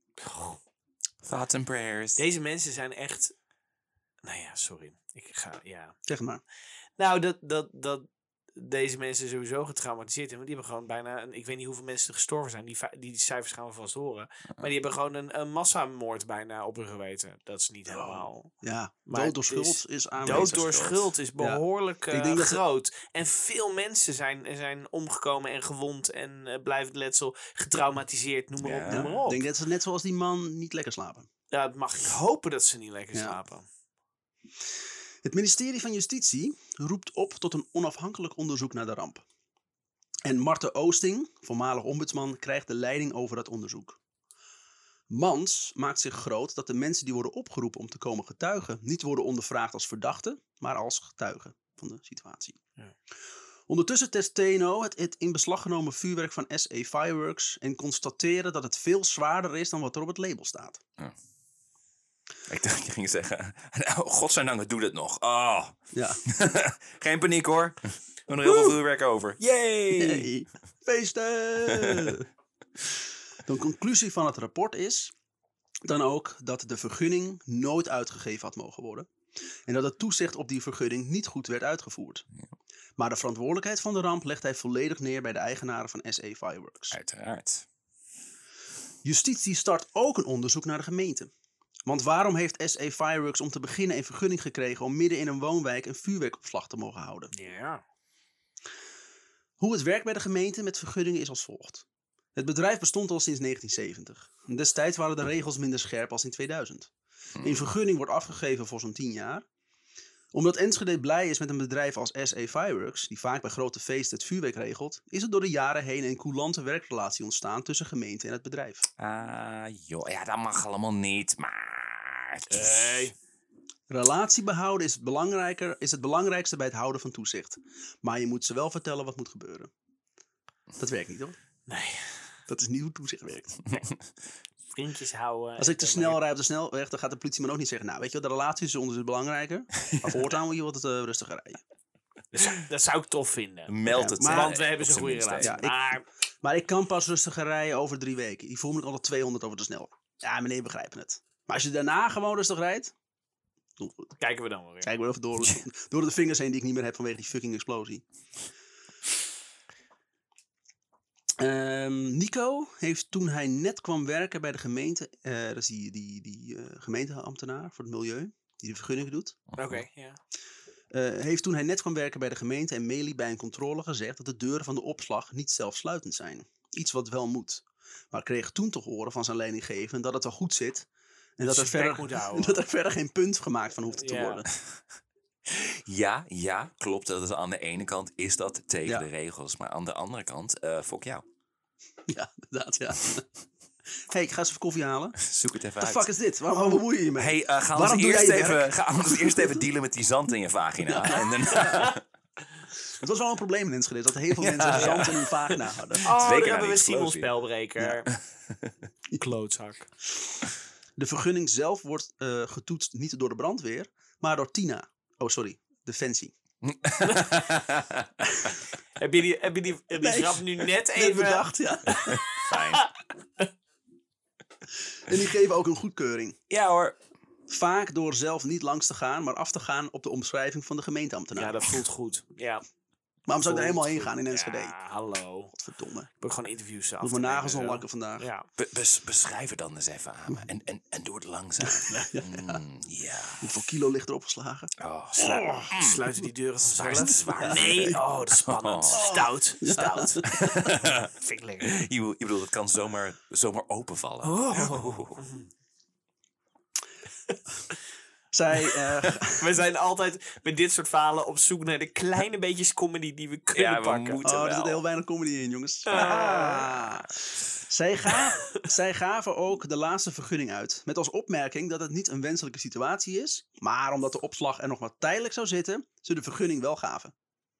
S3: Thoughts and prayers.
S2: Deze mensen zijn echt... Nou ja, sorry. Ik ga... Ja.
S1: Zeg maar.
S2: Nou, dat deze mensen sowieso getraumatiseerd zijn. Want die hebben gewoon bijna... Ik weet niet hoeveel mensen er gestorven zijn. Die cijfers gaan we vast horen. Maar die hebben gewoon een massamoord bijna op hun geweten. Dat is niet helemaal...
S1: Ja,
S2: Maar
S1: dood door
S2: het is-
S1: schuld is aanwezig.
S2: Dood door schuld is behoorlijk
S1: Ik denk dat ze-
S2: groot. En veel mensen zijn omgekomen en gewond en blijvend letsel, getraumatiseerd, noem maar op,
S3: Ja.
S2: noem maar
S1: Ik
S2: op.
S1: denk dat ze net zoals die man niet lekker slapen.
S2: Ja, het mag ik hopen dat ze niet lekker
S1: Ja.
S2: slapen.
S1: Het ministerie van Justitie roept op tot een onafhankelijk onderzoek naar de ramp. En Marten Oosting, voormalig ombudsman, krijgt de leiding over dat onderzoek. Mans maakt zich groot dat de mensen die worden opgeroepen om te komen getuigen niet worden ondervraagd als verdachten, maar als getuigen van de situatie.
S2: Ja.
S1: Ondertussen test TNO het in beslag genomen vuurwerk van SE Fireworks en constateren dat het veel zwaarder is dan wat er op het label staat.
S3: Ik dacht, je ging zeggen, nou, godzijdank, doe het nog. Oh.
S1: Ja.
S3: Geen paniek hoor. We hebben nog heel veel vuurwerk over. Yay!
S1: Hey, feesten! De conclusie van het rapport is dan ook dat de vergunning nooit uitgegeven had mogen worden. En dat het toezicht op die vergunning niet goed werd uitgevoerd. Maar de verantwoordelijkheid van de ramp legt hij volledig neer bij de eigenaren van SE Fireworks.
S3: Uiteraard.
S1: Justitie start ook een onderzoek naar de gemeente. Want waarom heeft SE Fireworks om te beginnen een vergunning gekregen om midden in een woonwijk een vuurwerkopslag te mogen houden?
S2: Ja.
S1: Hoe het werkt bij de gemeente met vergunningen is als volgt. Het bedrijf bestond al sinds 1970. Destijds waren de regels minder scherp als in 2000. Een vergunning wordt afgegeven voor zo'n 10 jaar. Omdat Enschede blij is met een bedrijf als SE Fireworks, die vaak bij grote feesten het vuurwerk regelt, is er door de jaren heen een coulante werkrelatie ontstaan tussen gemeente en het bedrijf.
S3: Joh, ja, dat mag allemaal niet, maar...
S2: Hey.
S1: Relatie behouden is het belangrijkste bij het houden van toezicht. Maar je moet ze wel vertellen wat moet gebeuren. Dat werkt niet, hoor.
S2: Nee.
S1: Dat is niet hoe toezicht werkt.
S2: Vriendjes houden.
S1: Als ik te snel rijd op de snelweg, dan gaat de politie me ook niet zeggen, nou, weet je wel, de relatie tussen ons is belangrijker. Maar voortaan moet je wat rustiger rijden.
S2: Dat zou ik tof vinden.
S3: Meld het.
S1: maar-
S2: Want we hebben
S3: op
S2: zo'n
S3: zijn
S2: goede
S3: minst,
S2: relatie.
S1: ja,
S2: Maar
S1: Maar ik kan pas rustiger rijden over 3 weken. Die voel me altijd 200 over de snel. Ja, meneer, begrijpen het. Maar als je daarna gewoon rustig rijdt,
S2: kijken we dan wel weer.
S1: kijk maar even door de vingers heen die ik niet meer heb vanwege die fucking explosie. Nico heeft toen hij net kwam werken bij de gemeente, dat is die gemeenteambtenaar voor het milieu, die de vergunningen doet.
S2: Oké, ja.
S1: Heeft toen hij net kwam werken bij de gemeente en Meli bij een controle gezegd dat de deuren van de opslag niet zelfsluitend zijn. Iets wat wel moet. Maar kreeg toen te horen van zijn leidinggevende dat het wel goed zit. En dat er,
S2: zijn bek moet houden.
S1: dat er verder geen punt gemaakt van hoeft te
S2: Ja.
S1: worden.
S3: Ja, klopt. Dat is aan de ene kant is dat tegen
S1: Ja.
S3: de regels. Maar aan de andere kant, fok jou.
S1: Ja, inderdaad, ja. Hey, ik ga eens even koffie halen.
S3: Zoek het even
S1: What
S3: uit.
S1: the fuck is dit? Waarom bemoei je je mee?
S3: Hey, ga
S1: Waarom
S3: anders
S1: doe jij
S3: eerst
S1: je werk?
S3: even, ga anders eerst even dealen met die zand in je vagina. En daarna...
S1: Het was wel een probleem in Enschede, dat heel veel mensen zand in hun vagina hadden.
S2: Oh,
S3: Zeker
S2: daar hebben
S3: een
S2: we Simon
S3: explosie.
S2: Spelbreker. Klootzak.
S1: De vergunning zelf wordt getoetst niet door de brandweer, maar door Tina. Oh, sorry. Defensie.
S2: Heb je die
S1: Nee.
S2: grap nu net
S1: Net
S2: even...
S1: bedacht, ja.
S3: Fijn.
S1: En die geven ook een goedkeuring.
S3: Ja hoor.
S1: Vaak door zelf niet langs te gaan, maar af te gaan op de omschrijving van de gemeenteambtenaar.
S2: Ja, dat voelt goed. Ja.
S1: Waarom zou ik er helemaal heen
S2: Voelt
S1: gaan in
S2: goed.
S1: Enschede?
S2: Ja, hallo.
S1: Verdomme.
S2: Ik heb gewoon interviews af.
S1: Moet mijn nagels nog lakken vandaag.
S2: Ja.
S3: Beschrijf het dan eens even aan me. En doe het langzaam. Ja.
S1: Hoeveel kilo ligt er opgeslagen?
S3: Oh,
S2: Sluiten die deuren
S3: Zwaar is
S2: vanzelf?
S3: het zwaar.
S2: Nee, dat is spannend. Stout. Vind ik lekker.
S3: Je bedoelt, het kan zomaar openvallen.
S1: Zij,
S2: We zijn altijd met dit soort verhalen op zoek naar de kleine beetjes comedy die we kunnen
S3: Ja, we
S2: pakken.
S3: moeten
S1: er zit
S3: wel.
S1: heel weinig comedy in, jongens. Zij gaven ook de laatste vergunning uit. Met als opmerking dat het niet een wenselijke situatie is. Maar omdat de opslag er nog maar tijdelijk zou zitten, ze de vergunning wel gaven.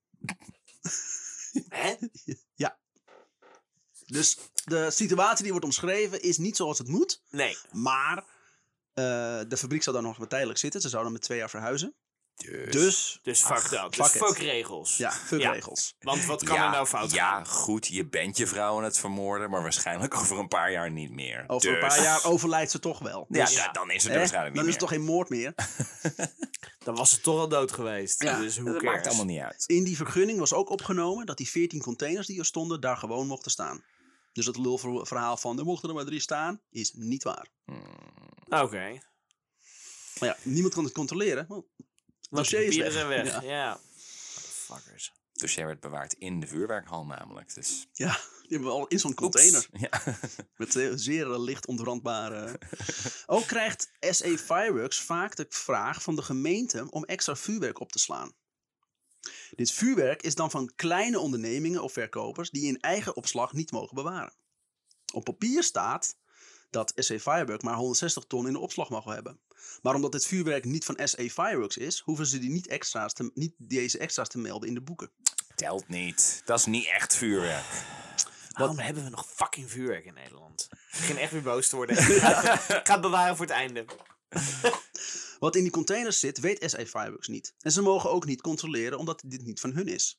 S2: Hè?
S1: Ja. Dus de situatie die wordt omschreven is niet zoals het moet.
S2: Nee.
S1: Maar de fabriek zou dan nog maar tijdelijk zitten. Ze zouden met 2 jaar verhuizen.
S3: Dus
S2: Dus fuck dat. Dus
S1: fuck it.
S2: fuck regels.
S1: Ja, fuck
S2: Ja.
S1: regels.
S2: Want wat kan er nou fout
S3: Ja,
S2: gaan?
S3: goed, je bent je vrouw aan het vermoorden, maar waarschijnlijk over een paar jaar niet meer.
S1: Over een
S3: Dus-
S1: paar jaar overlijdt ze toch wel.
S3: Ja,
S1: Dus,
S3: ja, dan is het er
S1: hè,
S3: waarschijnlijk
S1: dan
S3: niet
S1: is het
S3: meer.
S1: toch geen moord meer.
S2: Dan was ze toch al dood geweest.
S1: Ja.
S2: Dus hoe
S3: Dat
S2: cares?
S3: maakt allemaal niet uit.
S1: In die vergunning was ook opgenomen dat die 14 containers die er stonden daar gewoon mochten staan. Dus dat lulverhaal van er mochten er maar 3 staan is niet waar.
S2: Oké.
S1: Maar ja, niemand kan het controleren. Want
S2: Want de
S1: dossier is
S2: papieren
S1: weg.
S2: zijn weg.
S1: Ja.
S2: Ja. Motherfuckers.
S3: Het dossier werd bewaard in de vuurwerkhal namelijk. Dus
S1: Ja, die hebben we al in zo'n container.
S3: Oeps. Ja.
S1: Met zeer licht ontbrandbare. Ook krijgt SE Fireworks vaak de vraag van de gemeente om extra vuurwerk op te slaan. Dit vuurwerk is dan van kleine ondernemingen of verkopers die in eigen opslag niet mogen bewaren. Op papier staat dat SE Fireworks maar 160 ton in de opslag mogen hebben. Maar omdat dit vuurwerk niet van SE Fireworks is, hoeven ze die niet deze extra's te melden in de boeken.
S3: Telt niet. Dat is niet echt vuurwerk.
S2: Waarom hebben we nog fucking vuurwerk in Nederland? Ik begin echt weer boos te worden. Ik ga het bewaren voor het einde.
S1: Wat in die containers zit, weet SE Fireworks niet. En ze mogen ook niet controleren omdat dit niet van hun is.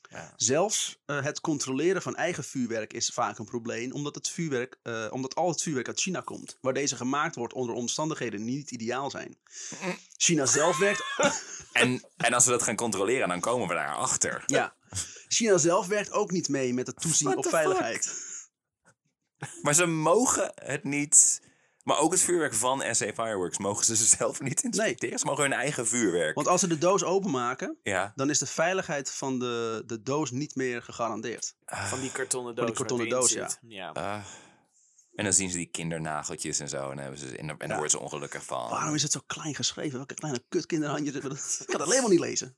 S3: Ja.
S1: Zelfs het controleren van eigen vuurwerk is vaak een probleem, omdat al het vuurwerk uit China komt, waar deze gemaakt wordt onder omstandigheden die niet ideaal zijn. China zelf werkt...
S3: En als we dat gaan controleren, dan komen we daarachter.
S1: Ja. China zelf werkt ook niet mee met het toezien
S3: What
S1: op
S3: the
S1: veiligheid.
S3: Maar ze mogen het niet... Maar ook het vuurwerk van SA Fireworks mogen ze zelf niet inspecteren. Ze mogen hun eigen vuurwerk.
S1: Want als ze de doos openmaken,
S3: Ja.
S1: dan is de veiligheid van de doos niet meer gegarandeerd.
S2: Van die kartonnen doos.
S1: die kartonnen
S2: waar het
S1: doos,
S2: in zit. Ja.
S3: En dan zien ze die kindernageltjes en zo. En dan worden ze ongelukkig van.
S1: Waarom is het zo klein geschreven? Welke kleine kutkinderhandjes. Ik kan het helemaal niet lezen.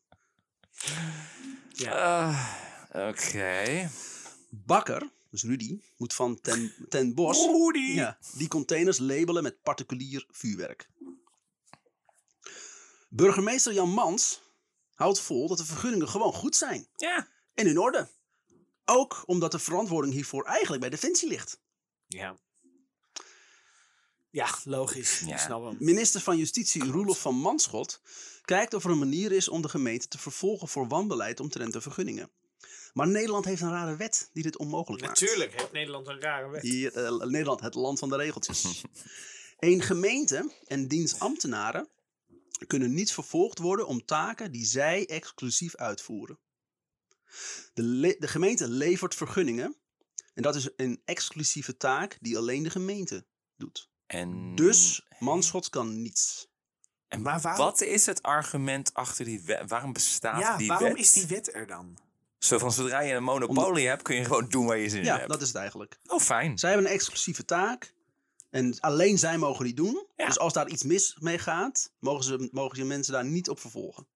S3: Oké.
S1: Bakker, dus Rudy, moet van ten Bos die containers labelen met particulier vuurwerk. Burgemeester Jan Mans houdt vol dat de vergunningen gewoon goed zijn.
S3: Ja.
S1: En in orde. Ook omdat de verantwoording hiervoor eigenlijk bij Defensie ligt.
S2: Ja. Ja, logisch.
S3: Ja.
S2: Ik snap hem.
S1: Minister van Justitie Roelof van Manschot kijkt of er een manier is om de gemeente te vervolgen voor wanbeleid omtrent de vergunningen. Maar Nederland heeft een rare wet die dit onmogelijk maakt.
S2: Natuurlijk heeft Nederland een rare wet.
S1: Nederland, het land van de regeltjes. Een gemeente en diens ambtenaren kunnen niet vervolgd worden om taken die zij exclusief uitvoeren. De gemeente levert vergunningen en dat is een exclusieve taak die alleen de gemeente doet.
S3: En,
S1: Dus Manschot kan niets.
S3: en
S2: Maar waarom-
S3: wat is het argument achter die wet? Waarom bestaat
S2: Ja,
S3: die
S2: waarom
S3: wet?
S2: is die wet er dan?
S3: Zo van, zodra je een monopolie hebt, kun je gewoon doen waar je zin in
S1: Ja,
S3: hebt.
S1: dat is het eigenlijk.
S3: Oh, fijn.
S1: Zij hebben een exclusieve taak en alleen zij mogen die doen.
S3: Ja.
S1: Dus als daar iets mis mee gaat, mogen je mensen daar niet op vervolgen.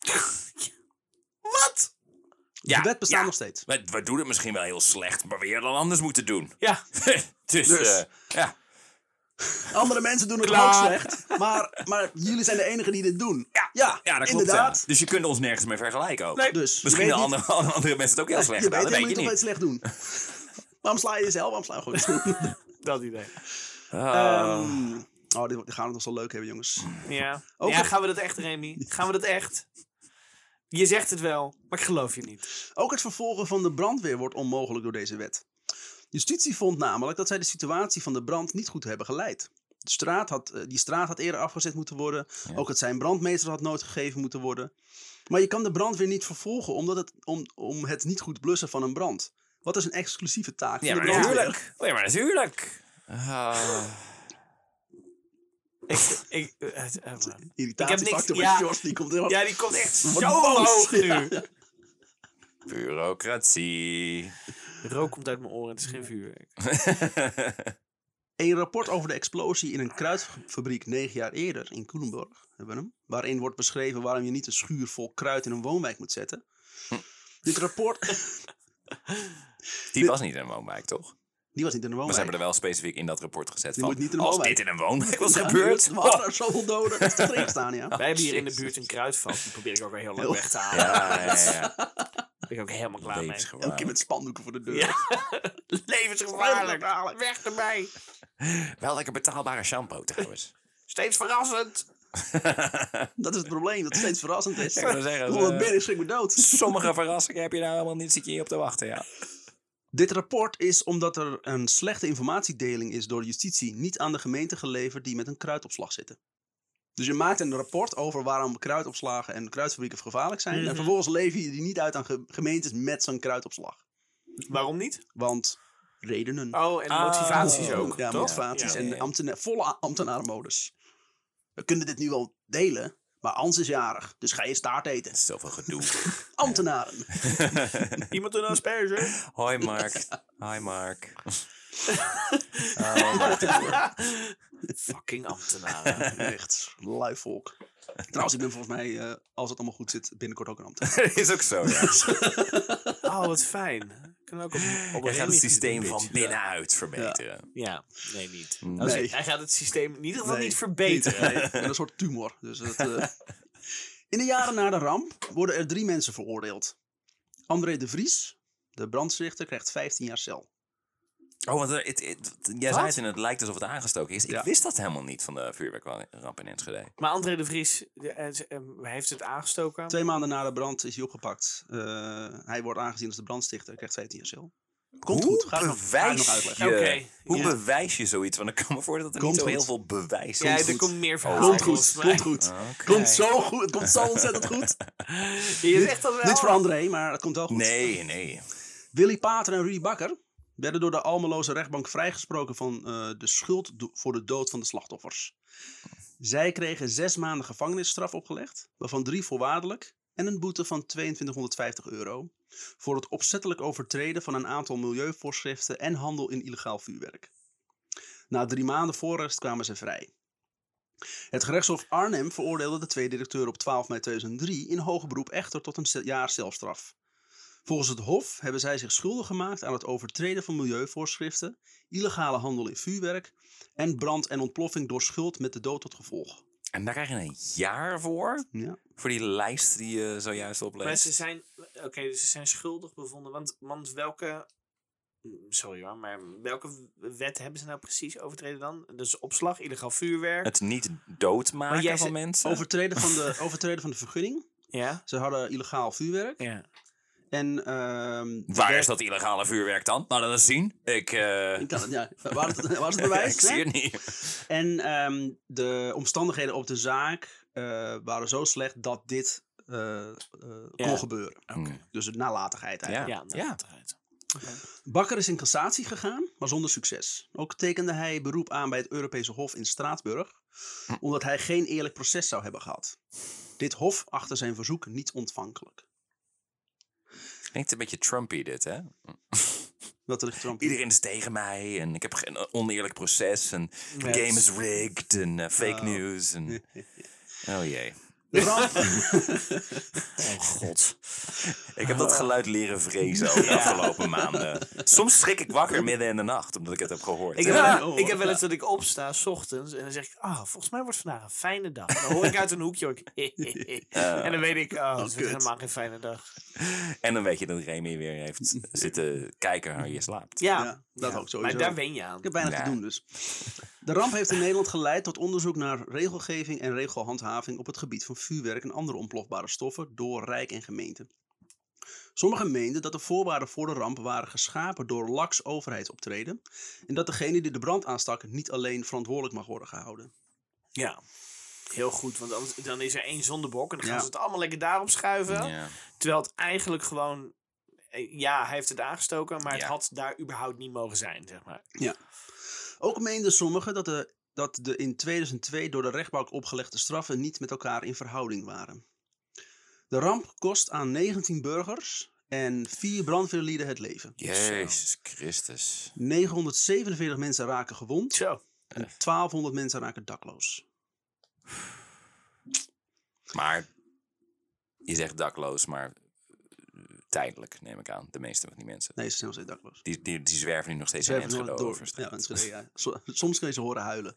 S2: Wat?
S1: De wet bestaat nog steeds.
S3: We doen het misschien wel heel slecht, maar weer dan anders moeten doen.
S2: Ja.
S3: Dus. Ja.
S1: Andere mensen doen het
S2: Klaar.
S1: ook slecht. Maar jullie zijn de enigen die dit doen. Ja,
S3: Ja, dat klopt.
S1: inderdaad.
S3: Ja. Dus je kunt ons nergens mee vergelijken ook.
S2: Nee.
S1: Dus
S3: Misschien
S1: je
S3: de
S1: weet niet-
S3: andere mensen het ook heel slecht
S1: je
S3: gedaan.
S1: weet
S3: Dat
S1: helemaal
S3: weet
S1: niet
S3: je
S1: of wij
S3: niet.
S1: het slecht doen. Waarom sla je jezelf? Waarom sla je goed?
S2: Dat idee.
S1: Die gaan het nog zo leuk hebben, jongens.
S2: Ja.
S1: Ook
S2: Ja,
S1: het-
S2: gaan we dat echt, Remy? Gaan we dat echt? Je zegt het wel, maar ik geloof je niet.
S1: Ook het vervolgen van de brandweer wordt onmogelijk door deze wet. Justitie vond namelijk dat zij de situatie van de brand niet goed hebben geleid. Die straat had eerder afgezet moeten worden.
S3: Ja.
S1: Ook het zijn brandmeester had nooit gegeven moeten worden. Maar je kan de brandweer niet vervolgen om het niet goed blussen van een brand. Wat is een exclusieve taak
S3: Ja,
S1: van
S3: maar
S1: de brandweer?
S3: natuurlijk. Ja, maar natuurlijk.
S1: Irritatiefactor
S2: niks-
S1: van
S2: ja.
S1: Jos, die komt helemaal...
S2: Ja, die komt echt zo
S1: Wat boos.
S2: hoog nu.
S1: Ja.
S3: Bureaucratie.
S2: Rook komt uit mijn oren, het is geen vuurwerk.
S1: Een rapport over de explosie in een kruidfabriek 9 jaar eerder in Culemborg hebben we hem, waarin wordt beschreven waarom je niet een schuur vol kruid in een woonwijk moet zetten. Dit rapport,
S3: Die was niet in een woonwijk, toch?
S1: die was niet in een
S3: Maar
S1: woonwijk.
S3: ze hebben er wel specifiek in dat rapport gezet
S1: Die
S3: van...
S1: moet niet in een
S3: als
S1: woonwijk.
S3: dit in een woonwijk was
S1: Ja,
S3: gebeurd...
S1: Er waren er zoveel doden, dat is toch erin staan, ja.
S2: Wij hebben hier in de
S3: Jezus.
S2: buurt een kruidvat. Die probeer ik ook weer heel lang
S1: Heel-
S2: weg te halen.
S3: Ja.
S2: Daar ben ik ook helemaal klaar mee.
S3: Levensgevaar.
S1: Elke keer met spandoeken voor de deur.
S2: Ja. Levensgevaarlijk. Weg erbij.
S3: Wel lekker betaalbare shampoo trouwens.
S2: Steeds verrassend.
S1: Dat is het probleem, dat het steeds verrassend is.
S3: Ik wou zeggen,
S1: Gewoon het binnen schrik me dood.
S3: Sommige verrassingen heb je nou helemaal niet, zit je niet op te wachten, ja.
S1: Dit rapport is omdat er een slechte informatiedeling is door de justitie niet aan de gemeente geleverd die met een kruidopslag zitten. Dus je maakt een rapport over waarom kruidopslagen en kruidfabrieken gevaarlijk zijn. En vervolgens lever je die niet uit aan gemeentes met zo'n kruidopslag.
S2: Waarom niet?
S1: Want redenen.
S2: Oh, en motivaties ook.
S1: Ja,
S2: toch?
S1: motivaties
S2: Ja.
S1: en volle ambtenarenmodus. We kunnen dit nu wel delen, maar Ans is jarig. Dus ga je staart eten.
S3: Het is zoveel gedoe.
S1: Ambtenaren.
S2: Iemand een asperge?
S3: Hoi Mark. Hi Mark.
S2: Fucking ambtenaren.
S1: Echt, lui volk. Trouwens, ik ben volgens mij, als het allemaal goed zit, binnenkort ook een ambtenaar.
S3: Is ook zo, ja.
S2: Oh, wat fijn. Kunnen we ook op
S3: Hij gaat het systeem
S2: bitch.
S3: van binnenuit verbeteren.
S2: Ja, nee, niet.
S1: Nee.
S2: Hij gaat het systeem in ieder geval
S1: Nee,
S2: niet verbeteren.
S1: Nee, met een soort tumor. Dus In de jaren na de ramp worden er 3 mensen veroordeeld. André de Vries, de brandstichter, krijgt 15 jaar cel.
S3: Oh, want jij zei het en het lijkt alsof het aangestoken is.
S1: Ja.
S3: Ik wist dat helemaal niet van de vuurwerkramp in Enschede.
S2: Maar André de Vries heeft het aangestoken.
S1: 2 maanden na de brand is hij opgepakt. Hij wordt aangezien als de brandstichter. Krijgt 17 jaar cel. Komt goed. Ga ik nog uitleggen.
S2: Oké.
S3: Hoe
S2: Ja.
S3: bewijs je zoïets? Want ik kan me voorstellen dat er
S1: Komt
S3: niet zo
S1: goed.
S3: heel veel bewijs
S2: Ja,
S3: is.
S2: er komt meer
S1: Komt
S2: verhaal.
S1: goed. Komt goed. Komt zo goed. Het komt zo ontzettend goed.
S2: Je zegt dat wel.
S1: Niet voor André, maar het komt wel goed.
S3: Nee.
S1: Willy Pater en Rudy Bakker werden door de Almeloze rechtbank vrijgesproken van de schuld voor de dood van de slachtoffers. Zij kregen 6 maanden gevangenisstraf opgelegd, waarvan 3 voorwaardelijk en een boete van €2250 voor het opzettelijk overtreden van een aantal milieuvoorschriften en handel in illegaal vuurwerk. Na 3 maanden voorarrest kwamen ze vrij. Het gerechtshof Arnhem veroordeelde de 2 directeuren op 12 mei 2003 in hoger beroep echter tot een jaar celstraf. Volgens het Hof hebben zij zich schuldig gemaakt aan het overtreden van milieuvoorschriften, illegale handel in vuurwerk en brand en ontploffing door schuld met de dood tot gevolg.
S3: En daar krijg je een jaar voor?
S1: Ja.
S3: Voor die lijst die je zojuist
S2: Maar
S3: opleest?
S2: ze zijn schuldig bevonden. Want welke... Sorry hoor, maar welke wet hebben ze nou precies overtreden dan? Dus opslag, illegaal vuurwerk.
S3: Het niet
S2: Maar
S3: doodmaken
S2: jij
S3: van
S2: zei-
S3: mensen?
S1: Overtreden van de vergunning.
S2: Ja?
S1: Ze hadden illegaal vuurwerk.
S2: Ja.
S1: En,
S3: Waar is dat illegale vuurwerk dan? Nou, dat eens zien. Ik
S1: waar is het bewijs?
S3: ik zie het niet.
S1: En de omstandigheden op de zaak waren zo slecht dat dit kon gebeuren.
S2: Oké.
S1: Dus de nalatigheid eigenlijk.
S2: Ja, nalatigheid.
S1: Bakker is in cassatie gegaan, maar zonder succes. Ook tekende hij beroep aan bij het Europese Hof in Straatsburg, omdat hij geen eerlijk proces zou hebben gehad. Dit hof achtte zijn verzoek niet ontvankelijk.
S3: Klinkt een beetje Trumpy dit, hè?
S1: Wat er Trump
S3: Iedereen is tegen mij en ik heb geen oneerlijk proces en de
S2: Yes.
S3: game is rigged en fake news en... Oh jee.
S1: De ramp,
S2: Oh god.
S3: Ik heb dat geluid leren vrezen over de afgelopen maanden. Soms schrik ik wakker midden in de nacht, omdat ik het heb gehoord.
S2: Ik heb,
S1: Ja.
S2: ik heb wel eens dat ik opsta, 's ochtends, en dan zeg ik, volgens mij wordt vandaag een fijne dag. Dan hoor ik uit een hoekje, hoor ik, en dan weet ik, het is
S1: kut.
S2: helemaal geen fijne dag.
S3: En dan weet je dat Remy weer heeft zitten kijken waar je slaapt.
S2: Ja,
S1: dat ook sowieso.
S2: maar daar wen je aan.
S1: Ik heb weinig
S3: Ja.
S1: te doen dus. De ramp heeft in Nederland geleid tot onderzoek naar regelgeving en regelhandhaving op het gebied van vuurwerk en andere ontplofbare stoffen door Rijk en gemeente. Sommigen meenden dat de voorwaarden voor de ramp waren geschapen door laks overheidsoptreden en dat degene die de brand aanstak niet alleen verantwoordelijk mag worden gehouden.
S2: Ja, heel goed, want anders, dan is er 1 zondebok en dan gaan
S1: Ja.
S2: ze het allemaal lekker daarop schuiven.
S3: Ja.
S2: Terwijl het eigenlijk gewoon, hij heeft het aangestoken, maar het
S3: Ja.
S2: had daar überhaupt niet mogen zijn, zeg maar.
S1: Ja. Ook meenden sommigen dat de in 2002 door de rechtbank opgelegde straffen niet met elkaar in verhouding waren. De ramp kost aan 19 burgers en 4 brandweerlieden het leven.
S3: Jezus Christus.
S1: 947 mensen raken gewond
S2: Zo.
S1: en 1200 mensen raken dakloos.
S3: Maar je zegt dakloos, maar tijdelijk neem ik aan. De meeste van die mensen.
S1: Nee, ze zijn nog steeds dakloos.
S3: Die zwerven nu nog steeds
S1: Ze
S3: in
S1: hebben
S3: Enschede
S1: nog
S3: over.
S1: Ja, Enschede, ja. Soms kun je ze horen huilen.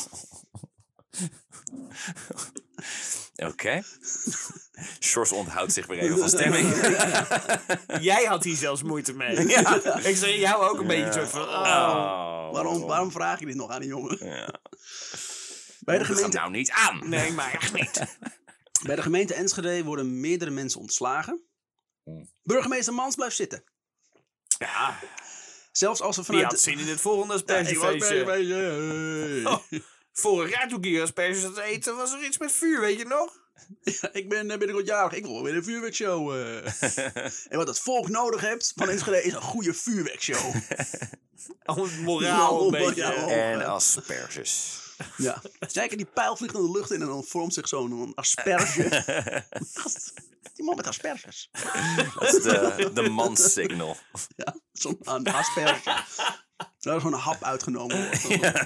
S3: Oké. Sjors onthoudt zich weer even van stemming.
S2: Jij had hier zelfs moeite mee. Ik zei jou ook een beetje een soort van...
S3: Oh,
S1: Waarom vraag je dit nog aan die jongen?
S3: Ja.
S1: Bij de
S3: Doe dat
S1: gemeente
S3: nou niet aan.
S2: Nee, maar echt niet.
S1: Bij de gemeente Enschede worden meerdere mensen ontslagen. Burgemeester Mans blijft zitten.
S2: Ja,
S1: Zelfs als ze
S2: die
S1: vanuit...
S2: had zin in het volgende aspergefeestje.
S1: Hey.
S2: Vorig jaar toen ik hier asperges zat te eten, was er iets met vuur, weet je nog?
S1: Ik ben binnenkort jarig. Ik wil weer een vuurwerkshow. En wat het volk nodig heeft van Enschede is een goede vuurwerkshow.
S2: Om het moraal een beetje.
S1: Ja.
S3: En asperges.
S1: Ja. Zeker die pijl vliegt naar de lucht in en dan vormt zich zo'n asperge. Die man met asperges.
S3: Dat is de manssignal.
S1: Ja, zo'n asperge. Daar is gewoon een hap uitgenomen wordt.